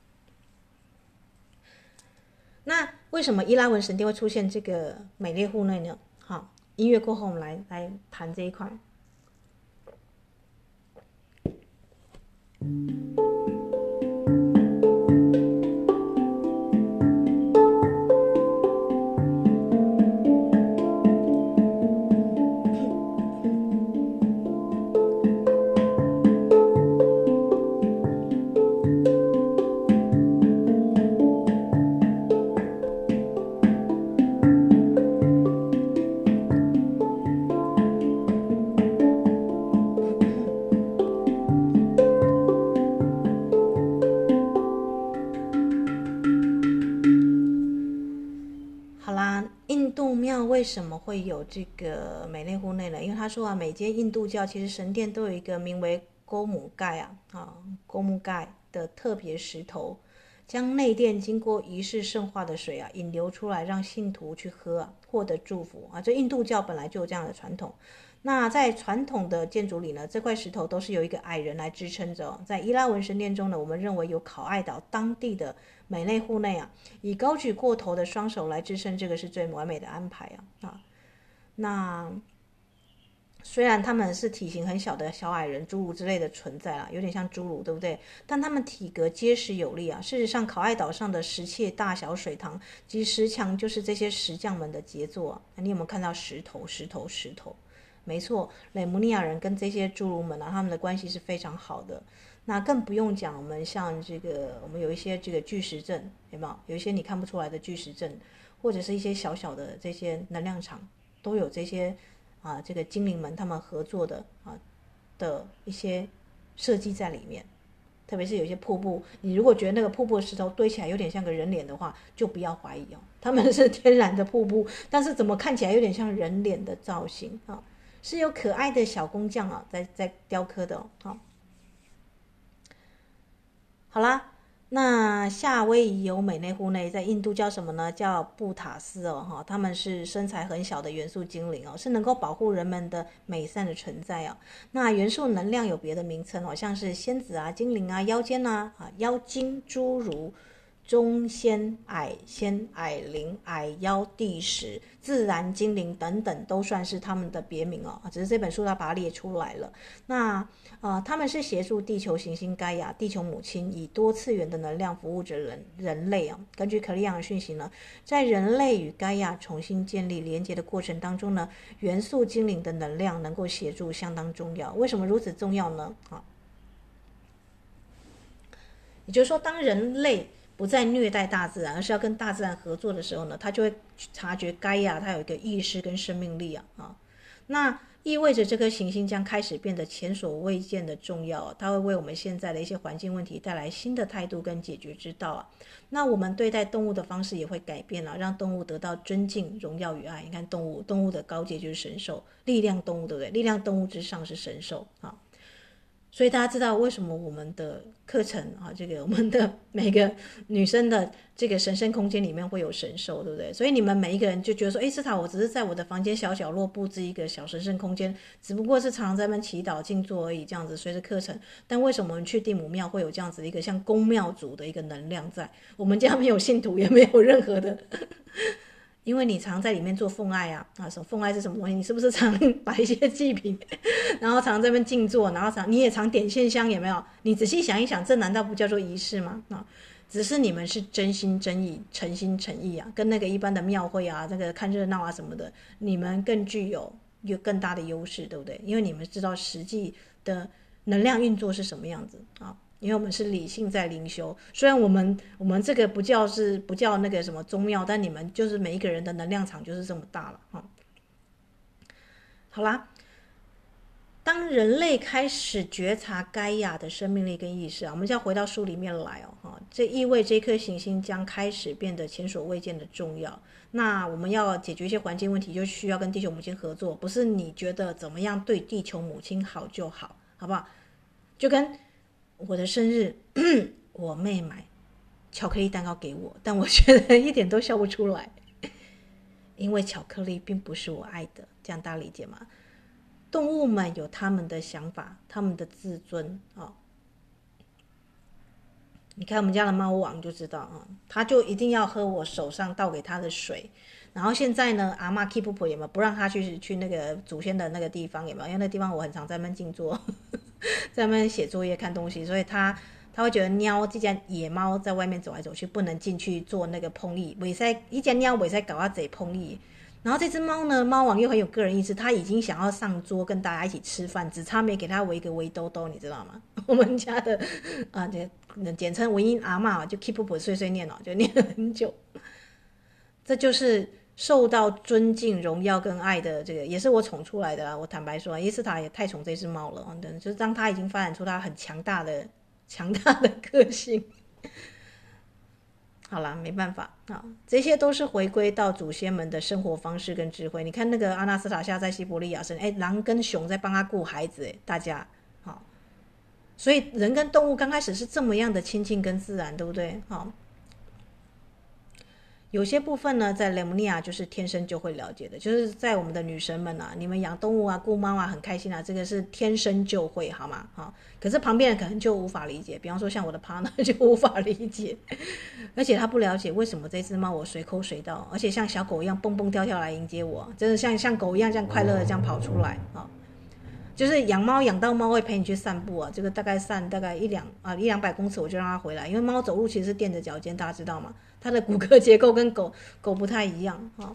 那为什么伊拉文神殿会出现这个美列户内呢？好，音乐过后我们来来谈这一块。为什么会有这个美内户内呢？因为他说啊，每间印度教其实神殿都有一个名为勾姆盖啊啊勾姆盖的特别石头，将内殿经过仪式圣化的水啊引流出来，让信徒去喝啊，获得祝福啊。这印度教本来就有这样的传统。那在传统的建筑里呢，这块石头都是由一个矮人来支撑着、哦。在伊拉文神殿中呢，我们认为有考爱岛当地的美内户内啊，以高举过头的双手来支撑，这个是最完美的安排啊啊。那虽然他们是体型很小的小矮人、侏儒之类的存在啊，有点像侏儒，对不对？但他们体格结实有力啊。事实上，考爱岛上的石砌大小水塘及石墙就是这些石匠们的杰作、啊。你有没有看到石头、石头、石头？没错，雷姆尼亚人跟这些侏儒们啊，他们的关系是非常好的。那更不用讲，我们像这个，我们有一些这个巨石阵，有没有？有一些你看不出来的巨石阵，或者是一些小小的这些能量场，都有这些啊，这个精灵们他们合作的啊的一些设计在里面。特别是有些瀑布，你如果觉得那个瀑布的石头堆起来有点像个人脸的话，就不要怀疑哦，他们是天然的瀑布，但是怎么看起来有点像人脸的造型啊？是有可爱的小工匠啊，在在雕刻的哦。好，好啦， 那夏威夷有美内户内，在印度叫什么呢？叫布塔斯哦，哈，他们是身材很小的元素精灵哦，是能够保护人们的美善的存在哦。那元素能量有别的名称哦，像是仙子啊、精灵啊、妖精啊、啊妖精、侏儒、中仙、矮仙、矮灵、矮妖、地使、自然精灵等等，都算是他们的别名哦。只是这本书它把它列出来了。那呃，他们是协助地球行星盖亚、地球母亲以多次元的能量服务着人人类啊。根据可利亚的讯息呢，在人类与盖亚重新建立连接的过程当中呢，元素精灵的能量能够协助相当重要。为什么如此重要呢？啊，也就是说，当人类不再虐待大自然，而是要跟大自然合作的时候呢，他就会察觉盖亚它有一个意识跟生命力啊啊，那意味着这颗行星将开始变得前所未见的重要，它会为我们现在的一些环境问题带来新的态度跟解决之道啊。那我们对待动物的方式也会改变了，让动物得到尊敬、荣耀与爱。你看动物，动物的高阶就是神兽，力量动物，对不对？力量动物之上是神兽啊。所以大家知道为什么我们的课程啊，这个我们的每个女生的这个神圣空间里面会有神兽，对不对？所以你们每一个人就觉得说，哎，斯塔，我只是在我的房间小角落布置一个小神圣空间，只不过是常常在那边祈祷静坐而已，这样子随着课程。但为什么我们去地母庙会有这样子一个像宫庙主的一个能量在？我们家没有信徒，也没有任何的。因为你常在里面做奉爱啊，啊，什么奉爱是什么东西？你是不是常摆一些祭品，然后常在那边静坐，然后常你也常点线香，有没有？你仔细想一想，这难道不叫做仪式吗？啊，只是你们是真心真意、诚心诚意啊，跟那个一般的庙会啊，这个看热闹啊什么的，你们更具有有更大的优势，对不对？因为你们知道实际的能量运作是什么样子啊。因为我们是理性在灵修，虽然我们我们这个不叫是不叫那个什么宗庙，但你们就是每一个人的能量场就是这么大了哈。好啦，当人类开始觉察盖亚的生命力跟意识啊，我们就要回到书里面来哦哈。这意味这颗行星将开始变得前所未见的重要。那我们要解决一些环境问题，就需要跟地球母亲合作，不是你觉得怎么样对地球母亲好就好，好不好？就跟我的生日，我妹买巧克力蛋糕给我，但我觉得一点都笑不出来，因为巧克力并不是我爱的，这样大家理解吗？动物们有他们的想法，他们的自尊啊、哦。你看我们家的猫王就知道啊，他就一定要喝我手上倒给他的水。然后现在呢，阿嬷 keep up 有没有不让他去去那个祖先的那个地方有没有？因为那地方我很常在那边静坐，在那边写作业看东西，所以他他会觉得喵这家野猫在外面走来走去，不能进去做那个碰力，袂使一家喵袂使搞啊贼碰力。然后这只猫呢，猫王又很有个人意识，它已经想要上桌跟大家一起吃饭，只差没给它围个围兜兜，你知道吗？我们家的啊，这简称文音阿嬷就 keep up 碎碎念哦，就念了很久。这就是受到尊敬、荣耀跟爱的这个，也是我宠出来的啦。我坦白说，伊斯塔也太宠这只猫了，就是当它已经发展出它很强大的、强大的个性。好啦，没办法啊，这些都是回归到祖先们的生活方式跟智慧。你看那个阿纳斯塔夏在西伯利亚生，哎，狼跟熊在帮他顾孩子，哎，大家好，所以人跟动物刚开始是这么样的亲近跟自然，对不对？好。有些部分呢，在雷姆尼亚就是天生就会了解的，就是在我们的女神们啊，你们养动物啊、顾猫啊很开心啊，这个是天生就会，好吗？好，可是旁边人可能就无法理解，比方说像我的 partner 就无法理解，而且他不了解为什么这只猫我随口随到，而且像小狗一样蹦蹦跳跳来迎接我，真的像像狗一样这样快乐的这样跑出来啊。就是养猫养到猫会陪你去散步啊，这个大概散大概一两啊一两百公尺我就让它回来，因为猫走路其实是垫着脚尖，大家知道吗？它的骨骼结构跟狗狗不太一样啊。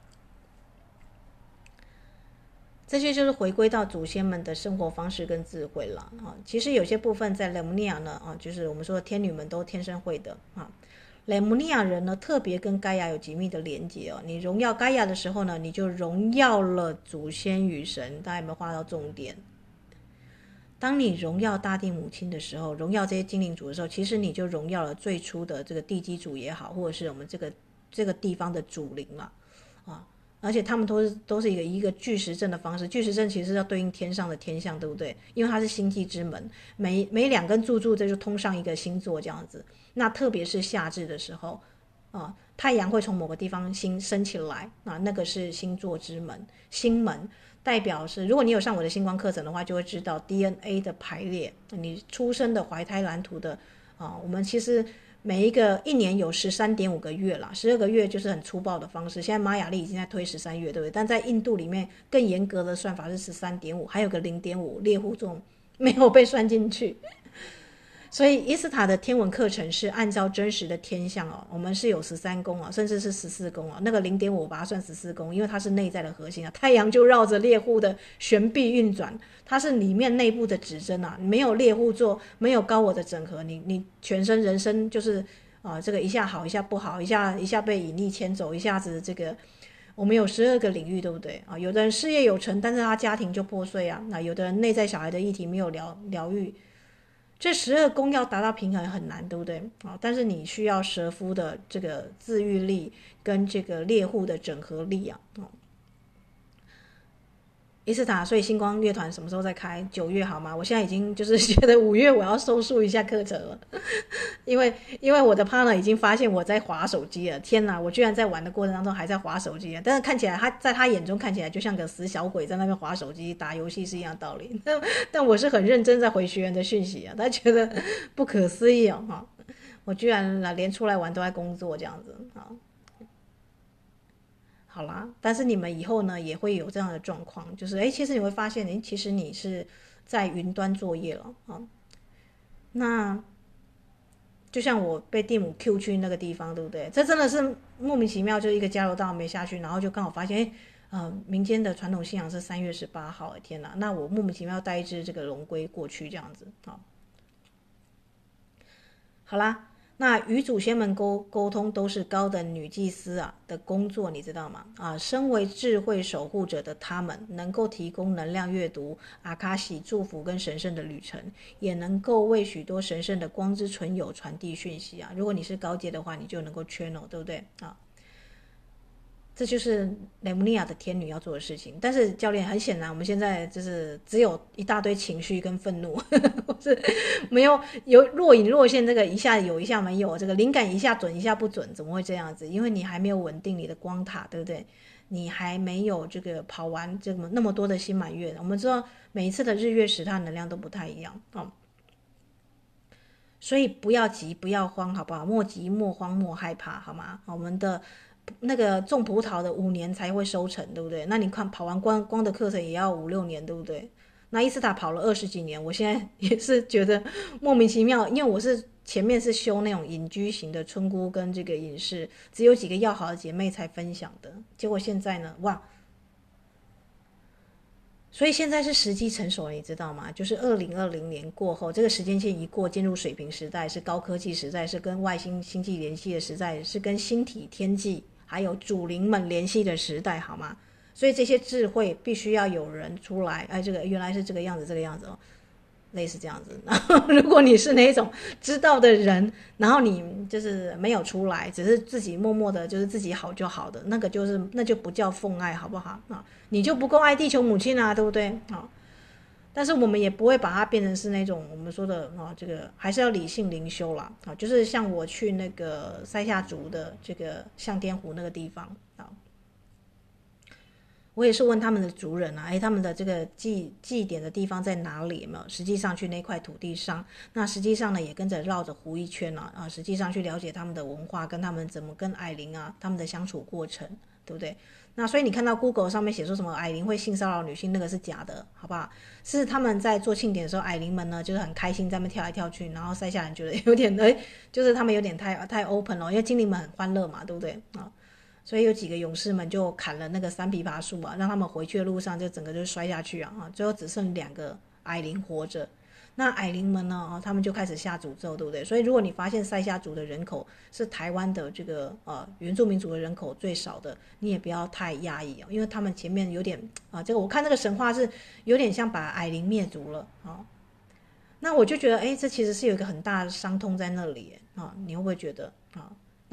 这些就是回归到祖先们的生活方式跟智慧了啊。其实有些部分在雷姆尼亚呢啊，就是我们说的天女们都天生会的啊。雷姆尼亚人呢，特别跟盖亚有紧密的连结哦。你荣耀盖亚的时候呢，你就荣耀了祖先与神。大家有没有画到重点？当你荣耀大地母亲的时候，荣耀这些精灵主的时候，其实你就荣耀了最初的这个地基主也好，或者是我们这个这个地方的主灵了啊。 而且他们都是都是一个一个巨石阵的方式，巨石阵其实是要对应天上的天象，对不对？因为它是星际之门，每每两根柱柱这就通上一个星座这样子。那特别是夏至的时候啊，太阳会从某个地方星升起来啊，那个是星座之门，星门代表是，如果你有上我的星光课程的话，就会知道 D N A 的排列，你出生的怀胎蓝图的啊，我们其实。每一个一年有十三点五个月啦，十二个月就是很粗暴的方式。现在玛雅历已经在推十三月，对不对？但在印度里面更严格的算法是十三点五，还有个零点五猎户座没有被算进去。所以伊斯塔的天文课程是按照真实的天象哦，我们是有十三宫哦，甚至是十四宫哦。那个零点五把它算十四宫，因为它是内在的核心啊。太阳就绕着猎户的旋臂运转，它是里面内部的指针啊。没有猎户座，没有高我的整合，你你全身人生就是啊、呃，这个一下好一下不好，一下一下被引力牵走，一下子这个。我们有十二个领域，对不对啊？有的人事业有成，但是他家庭就破碎啊。那有的人内在小孩的议题没有疗疗愈。这十二宫要达到平衡很难，对不对啊？但是你需要蛇夫的这个自愈力跟这个猎户的整合力啊。伊斯塔，所以星光乐团什么时候再开？九月好吗？我现在已经就是觉得五月我要收束一下课程了，因为因为我的 partner 已经发现我在滑手机了。天哪，我居然在玩的过程当中还在滑手机，但是看起来他在他眼中看起来就像个死小鬼在那边滑手机打游戏是一样的道理。但但我是很认真在回学员的讯息啊，他觉得不可思议哦哈，我居然连出来玩都在工作这样子啊。好啦，但是你们以后呢也会有这样的状况，就是哎，其实你会发现，哎，其实你是在云端作业了啊。那就像我被蒂姆 Q 去那个地方，对不对？这真的是莫名其妙，就一个加油道没下去，然后就刚好发现，哎，呃，民间的传统信仰是三月十八号，天哪！那我莫名其妙带一只这个龙龟过去，这样子啊。好啦。那与祖先们沟沟通都是高等女祭司啊的工作，你知道吗？啊，身为智慧守护者的他们，能够提供能量阅读、阿卡西祝福跟神圣的旅程，也能够为许多神圣的光之存有传递讯息啊。如果你是高阶的话，你就能够 channel， 对不对啊？这就是雷姆尼亚的天女要做的事情。但是教练，很显然我们现在就是只有一大堆情绪跟愤怒，是没有有若隐若现，这个一下有一下没有，这个灵感一下准一下不准，怎么会这样子？因为你还没有稳定你的光塔，对不对？你还没有这个跑完这么那么多的新满月。我们知道每一次的日月食，它的能量都不太一样哦，所以不要急，不要慌，好不好？莫急莫慌莫害怕，好吗？我们的那个种葡萄的五年才会收成，对不对？那你看跑完光光的课程也要五六年，对不对？那伊斯塔跑了二十几年，我现在也是觉得莫名其妙，因为我是前面是修那种隐居型的村姑跟这个隐士，只有几个要好的姐妹才分享的，结果现在呢，哇！所以现在是时机成熟了，你知道吗？就是二零二零年过后，这个时间线一过，进入水平时代，是高科技时代，是跟外星星际联系的时代，是跟星体天际还有主灵们联系的时代，好吗？所以这些智慧必须要有人出来，哎，这个原来是这个样子，这个样子哦，类似这样子。然后如果你是那种知道的人，然后你就是没有出来，只是自己默默的，就是自己好就好的，那个就是那就不叫奉爱，好不好啊？你就不够爱地球母亲啊，对不对啊？但是我们也不会把它变成是那种我们说的啊，这个还是要理性灵修啦啊，就是像我去那个塞夏族的这个向天湖那个地方啊。我也是问他们的族人啊，哎，他们的这个祭祭典的地方在哪里？有没有？实际上去那块土地上，那实际上呢也跟着绕着湖一圈啊啊，实际上去了解他们的文化，跟他们怎么跟矮灵啊他们的相处过程，对不对？那所以你看到 Google 上面写说什么矮灵会性骚扰女性，那个是假的，好不好？是他们在做庆典的时候，矮灵们呢就是很开心在那边跳来跳去，然后塞下人觉得有点哎，就是他们有点太太 open 了，因为精灵们很欢乐嘛，对不对啊？所以有几个勇士们就砍了那个三枇杷树啊，让他们回去的路上就整个就摔下去啊，最后只剩两个矮灵活着。那矮灵们呢，他们就开始下诅咒，对不对？所以如果你发现塞夏族的人口是台湾的这个呃原住民族的人口最少的，你也不要太压抑啊，因为他们前面有点啊，这个我看这个神话是有点像把矮灵灭族了啊。那我就觉得，哎，这其实是有一个很大的伤痛在那里啊，你会不会觉得啊？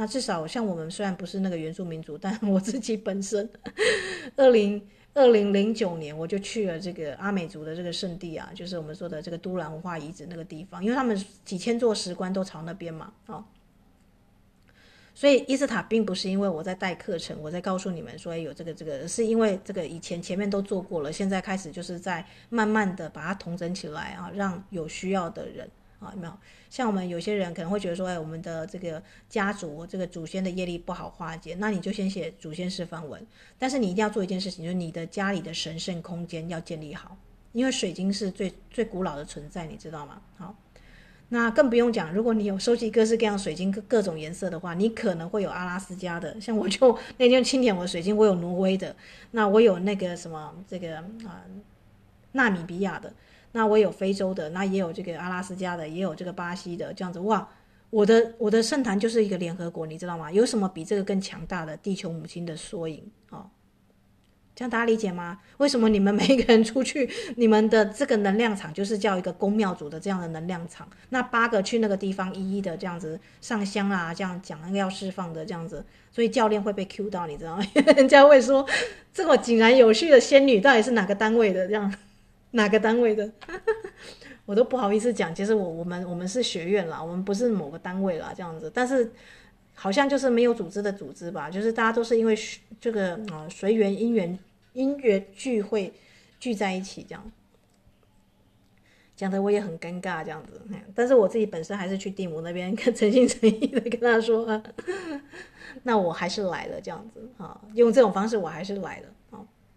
那至少像我们虽然不是那个原住民族，但我自己本身二零二零零九年我就去了这个阿美族的这个圣地啊，就是我们说的这个都兰文化遗址那个地方，因为他们几千座石棺都朝那边嘛，哦，所以伊斯塔并不是因为我在带课程，我在告诉你们说有这个这个，是因为这个以前前面都做过了，现在开始就是在慢慢的把它统整起来啊，让有需要的人啊，有没有？像我们有些人可能会觉得说，哎，我们的这个家族这个祖先的业力不好化解，那你就先写祖先释放文，但是你一定要做一件事情，就是你的家里的神圣空间要建立好，因为水晶是最最古老的存在，你知道吗？好。那更不用讲，如果你有收集各式各样水晶各各种颜色的话，你可能会有阿拉斯加的，像我就那天清点我的水晶，我有挪威的，那我有那个什么这个啊、呃、纳米比亚的，那我有非洲的，那也有这个阿拉斯加的，也有这个巴西的，这样子哇，我的我的圣坛就是一个联合国，你知道吗？有什么比这个更强大的地球母亲的缩影啊？哦，这样大家理解吗？为什么你们每一个人出去，你们的这个能量场就是叫一个宫庙组的这样的能量场？那八个去那个地方一一的这样子上香啊，这样讲那个要释放的这样子，所以教练会被 Q 到，你知道吗？人家会说这个井然有序的仙女到底是哪个单位的？这样哪个单位的？我都不好意思讲。其实我我们我们是学院啦，我们不是某个单位啦，这样子，但是。好像就是没有组织的组织吧，就是大家都是因为这个啊随缘因缘因缘聚会聚在一起这样，讲的我也很尴尬这样子，但是我自己本身还是去地母那边诚心诚意的跟他说，啊，那我还是来了这样子啊，用这种方式我还是来了啊。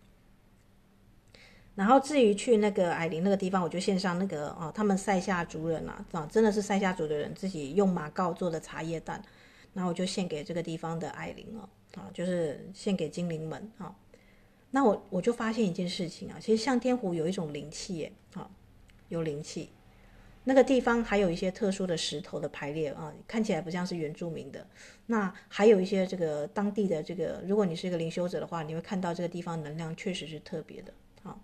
然后至于去那个矮林那个地方，我就线上那个啊，他们塞夏族人啊，啊真的是塞夏族的人自己用马告做的茶叶蛋。然后我就献给这个地方的矮灵哦，啊，就是献给精灵们啊。那我我就发现一件事情啊，其实向天湖有一种灵气耶，啊，有灵气。那个地方还有一些特殊的石头的排列啊，看起来不像是原住民的。那还有一些这个当地的这个，如果你是一个灵修者的话，你会看到这个地方能量确实是特别的啊。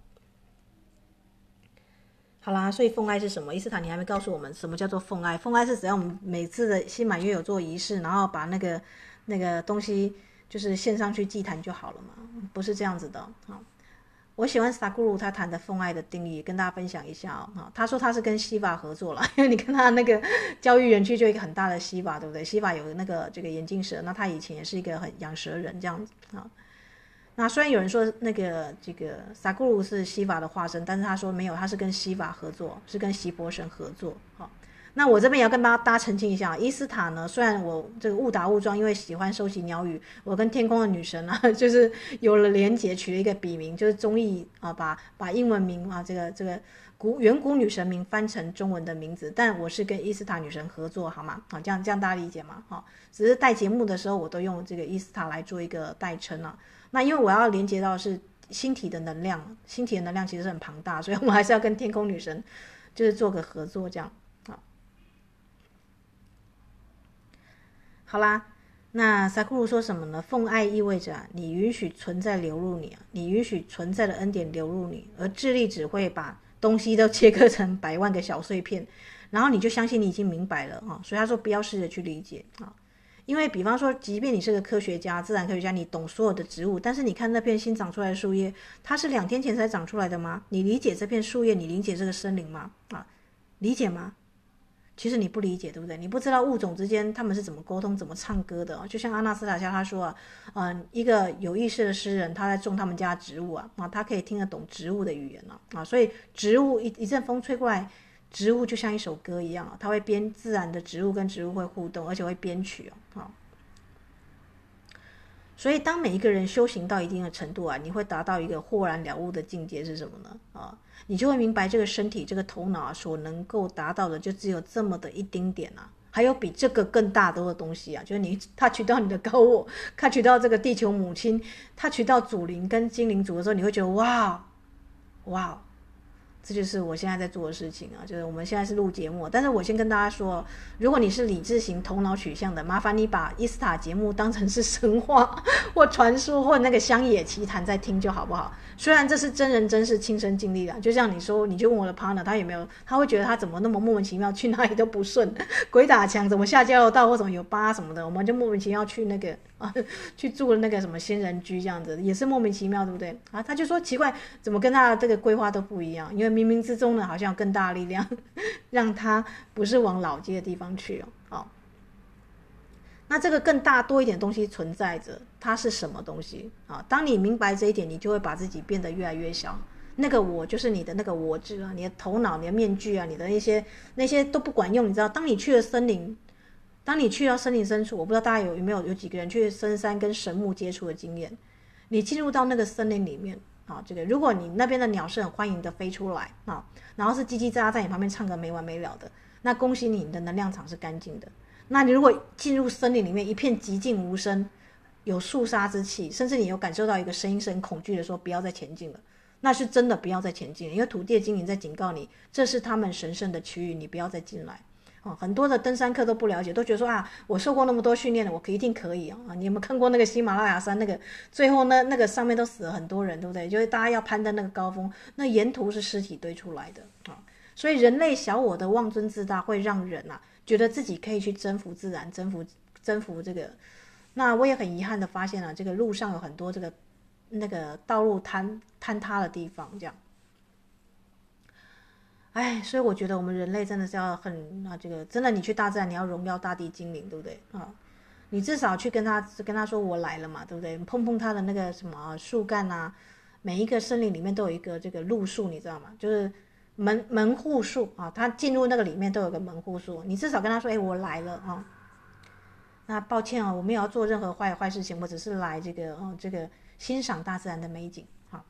好啦，所以奉爱是什么？伊斯塔你还没告诉我们什么叫做奉爱。奉爱是只要我们每次的新满月有做仪式，然后把那个那个东西就是献上去祭坛就好了嘛？不是这样子的啊。我喜欢萨古鲁他谈的奉爱的定义，跟大家分享一下哦。他说他是跟西法合作了，因为你看他那个教育园区就一个很大的西法，对不对？西法有那个这个眼镜蛇，那他以前也是一个很养蛇人这样子啊。那虽然有人说那个这个萨古鲁是西法的化身，但是他说没有，他是跟西法合作，是跟西伯神合作。好，那我这边也要跟大家澄清一下，伊斯塔呢，虽然我这个误打误撞，因为喜欢收集鸟语，我跟天空的女神啊，就是有了连结，取了一个笔名，就是中译啊，把把英文名啊，这个这个古远古女神名翻成中文的名字，但我是跟伊斯塔女神合作，好吗？好，这样这样大家理解吗？好，只是带节目的时候，我都用这个伊斯塔来做一个代称啊。那因为我要连接到是星体的能量，星体的能量其实是很庞大，所以我们还是要跟天空女神就是做个合作，这样啊。好啦，那萨库鲁说什么呢？奉爱意味着、啊、你允许存在流入你啊，你允许存在的恩典流入你，而智力只会把东西都切割成百万个小碎片，然后你就相信你已经明白了啊。所以他说不要试着去理解啊。因为比方说即便你是个科学家，自然科学家，你懂所有的植物，但是你看那片新长出来的树叶，它是两天前才长出来的吗？你理解这片树叶，你理解这个森林吗？啊，理解吗？其实你不理解，对不对？你不知道物种之间他们是怎么沟通怎么唱歌的。就像阿纳斯塔夏他说啊，呃，一个有意识的诗人，他在种他们家植物啊，啊，他可以听得懂植物的语言啊，啊，所以植物一一阵风吹过来，植物就像一首歌一样，它会编自然的植物跟植物会互动，而且会编曲哦。所以当每一个人修行到一定的程度啊，你会达到一个豁然了悟的境界是什么呢？啊，你就会明白这个身体这个头脑啊所能够达到的就只有这么的一丁点啊，还有比这个更大的东西啊，就是你他取到你的高我，他取到这个地球母亲，他取到祖灵跟精灵族的时候，你会觉得哇哇， 这就是我现在在做的事情啊，就是我们现在是录节目，但是我先跟大家说，如果你是理智型头脑取向的，麻烦你把伊斯塔节目当成是神话或传说或那个乡野奇谈在听就好不好？虽然这是真人真事亲身经历的，就像你说，你就问我的 partner， 他有没有，他会觉得他怎么那么莫名其妙，去哪里都不顺，鬼打墙，怎么下交流道或怎么有疤什么的，我们就莫名其妙去那个啊，去住了那个什么仙人居这样子，也是莫名其妙，对不对啊？他就说奇怪，怎么跟他的这个规划都不一样？因为冥冥之中呢，好像有更大的力量让他不是往老街的地方去哦。好，那这个更大多一点东西存在着，它是什么东西啊？当你明白这一点，你就会把自己变得越来越小。那个我就是你的那个我字啊，你的头脑、你的面具啊，你的那些那些都不管用，你知道？当你去了森林，当你去到森林深处，我不知道大家有有没有有几个人去深山跟神木接触的经验？你进入到那个森林里面啊，这个如果你那边的鸟是很欢迎的飞出来啊，然后是叽叽喳喳在你旁边唱歌没完没了的，那恭喜你，你的能量场是干净的。那你如果进入森林里面，一片寂静无声，有肃杀之气，甚至你有感受到一个声音是很恐惧的说不要再前进了，那是真的不要再前进了，因为土地的精灵在警告你，这是他们神圣的区域，你不要再进来。哦，很多的登山客都不了解，都觉得说啊，我受过那么多训练了，我一定可以啊！你有没有看过那个喜马拉雅山那个最后呢？那个上面都死了很多人，对不对？就是大家要攀登那个高峰，那沿途是尸体堆出来的啊！所以人类小我的妄尊自大会让人啊觉得自己可以去征服自然，征服征服这个。那我也很遗憾的发现啊，这个路上有很多这个那个道路坍坍塌的地方，这样。哎，所以我觉得我们人类真的是要很啊，这个真的，你去大自然，你要荣耀大地精灵，对不对啊？你至少去跟他跟他说我来了嘛，对不对？碰碰他的那个什么树干啊，每一个森林里面都有一个这个路树，你知道吗？就是门门户树啊，他进入那个里面都有个门户树，你至少跟他说，哎，我来了啊。那抱歉啊，我没有要做任何坏坏事情，我只是来这个哦，这个欣赏大自然的美景。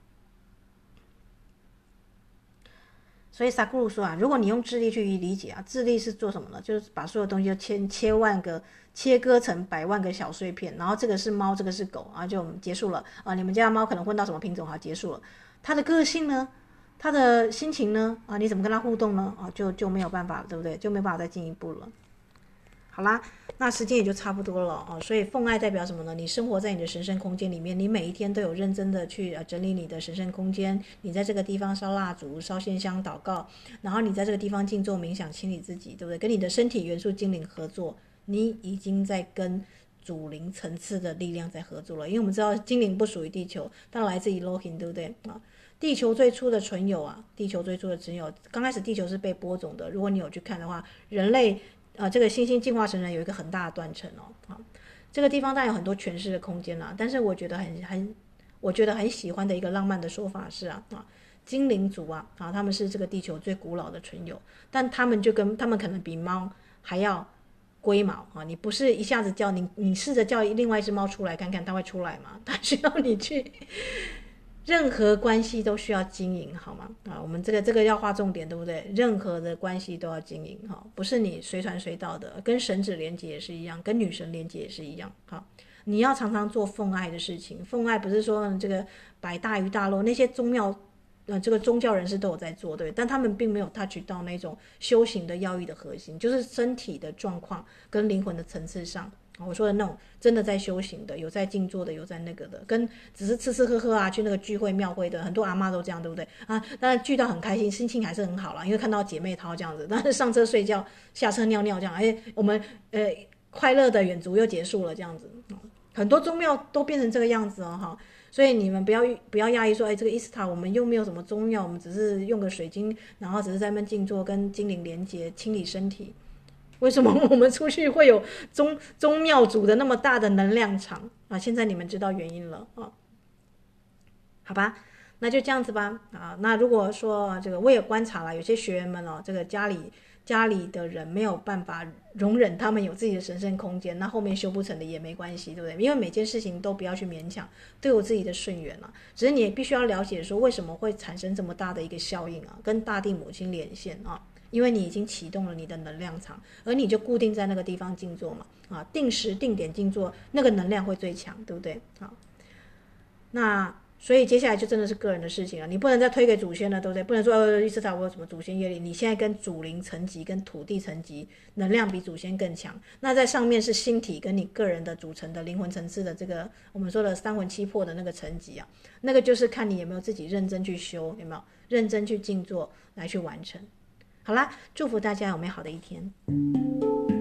所以萨古鲁说啊，如果你用智力去理解啊，智力是做什么呢？就是把所有东西就切切万个切割成百万个小碎片，然后这个是猫，这个是狗，然后就结束了啊。你们家的猫可能混到什么品种，好结束了。它的个性呢，它的心情呢，啊，你怎么跟它互动呢？啊，就就没有办法了，对不对？就没有办法再进一步了。好啦，那时间也就差不多了啊。所以奉爱代表什么呢？你生活在你的神圣空间里面，你每一天都有认真的去整理你的神圣空间。你在这个地方烧蜡烛、烧线香、祷告，然后你在这个地方静坐冥想、清理自己，对不对？跟你的身体元素精灵合作，你已经在跟主灵层次的力量在合作了。因为我们知道精灵不属于地球，它来自于 Elohim， 对不对啊？地球最初的存有啊，地球最初的存有，刚开始地球是被播种的。如果你有去看的话，人类。呃，这个星星进化成人有一个很大的断层哦，啊，这个地方当然有很多诠释的空间啦，但是我觉得很很，我觉得很喜欢的一个浪漫的说法是啊啊，精灵族啊啊，他们是这个地球最古老的存有，但他们就跟他们可能比猫还要龟毛啊，你不是一下子叫你，你试着叫另外一只猫出来看看，它会出来吗？它需要你去。任何关系都需要经营，好吗？啊，我们这个这个要划重点，对不对？任何的关系都要经营，哈，不是你随传随到的。跟神子连接也是一样，跟女神连接也是一样，好，你要常常做奉爱的事情。奉爱不是说这个百大鱼大肉，那些宗庙，呃，这个宗教人士都有在做，对，但他们并没有 touch 到那种修行的要义的核心，就是身体的状况跟灵魂的层次上。我说的那种真的在修行的，有在静坐的，有在那个的，跟只是吃吃喝喝啊，去那个聚会庙会的，很多阿嬷都这样，对不对啊？当然聚到很开心，心情还是很好啦，因为看到姐妹淘这样子，但是上车睡觉，下车尿尿这样，哎，我们呃快乐的远足又结束了这样子，很多宗庙都变成这个样子哦，哈。所以你们不要不要讶异说，哎，这个伊斯塔我们又没有什么宗庙，我们只是用个水晶，然后只是在那边静坐，跟精灵连接，清理身体。为什么我们出去会有宗宗庙主的那么大的能量场啊？现在你们知道原因了啊？好吧，那就这样子吧啊。那如果说这个我也观察了，有些学员们哦，这个家里家里的人没有办法容忍他们有自己的神圣空间，那后面修不成的也没关系，对不对？因为每件事情都不要去勉强，都有自己的顺缘了。只是你也必须要了解说为什么会产生这么大的一个效应啊，跟大地母亲连线啊。因为你已经启动了你的能量场，而你就固定在那个地方静坐嘛，啊，定时定点静坐，那个能量会最强，对不对？好，那所以接下来就真的是个人的事情了，你不能再推给祖先了，对不对？不能说呃，伊斯塔我有什么祖先业力，你现在跟祖灵层级、跟土地层级能量比祖先更强。那在上面是星体跟你个人的组成的灵魂层次的这个我们说的三魂七魄的那个层级啊，那个就是看你有没有自己认真去修，有没有认真去静坐来去完成。好啦，祝福大家有美好的一天。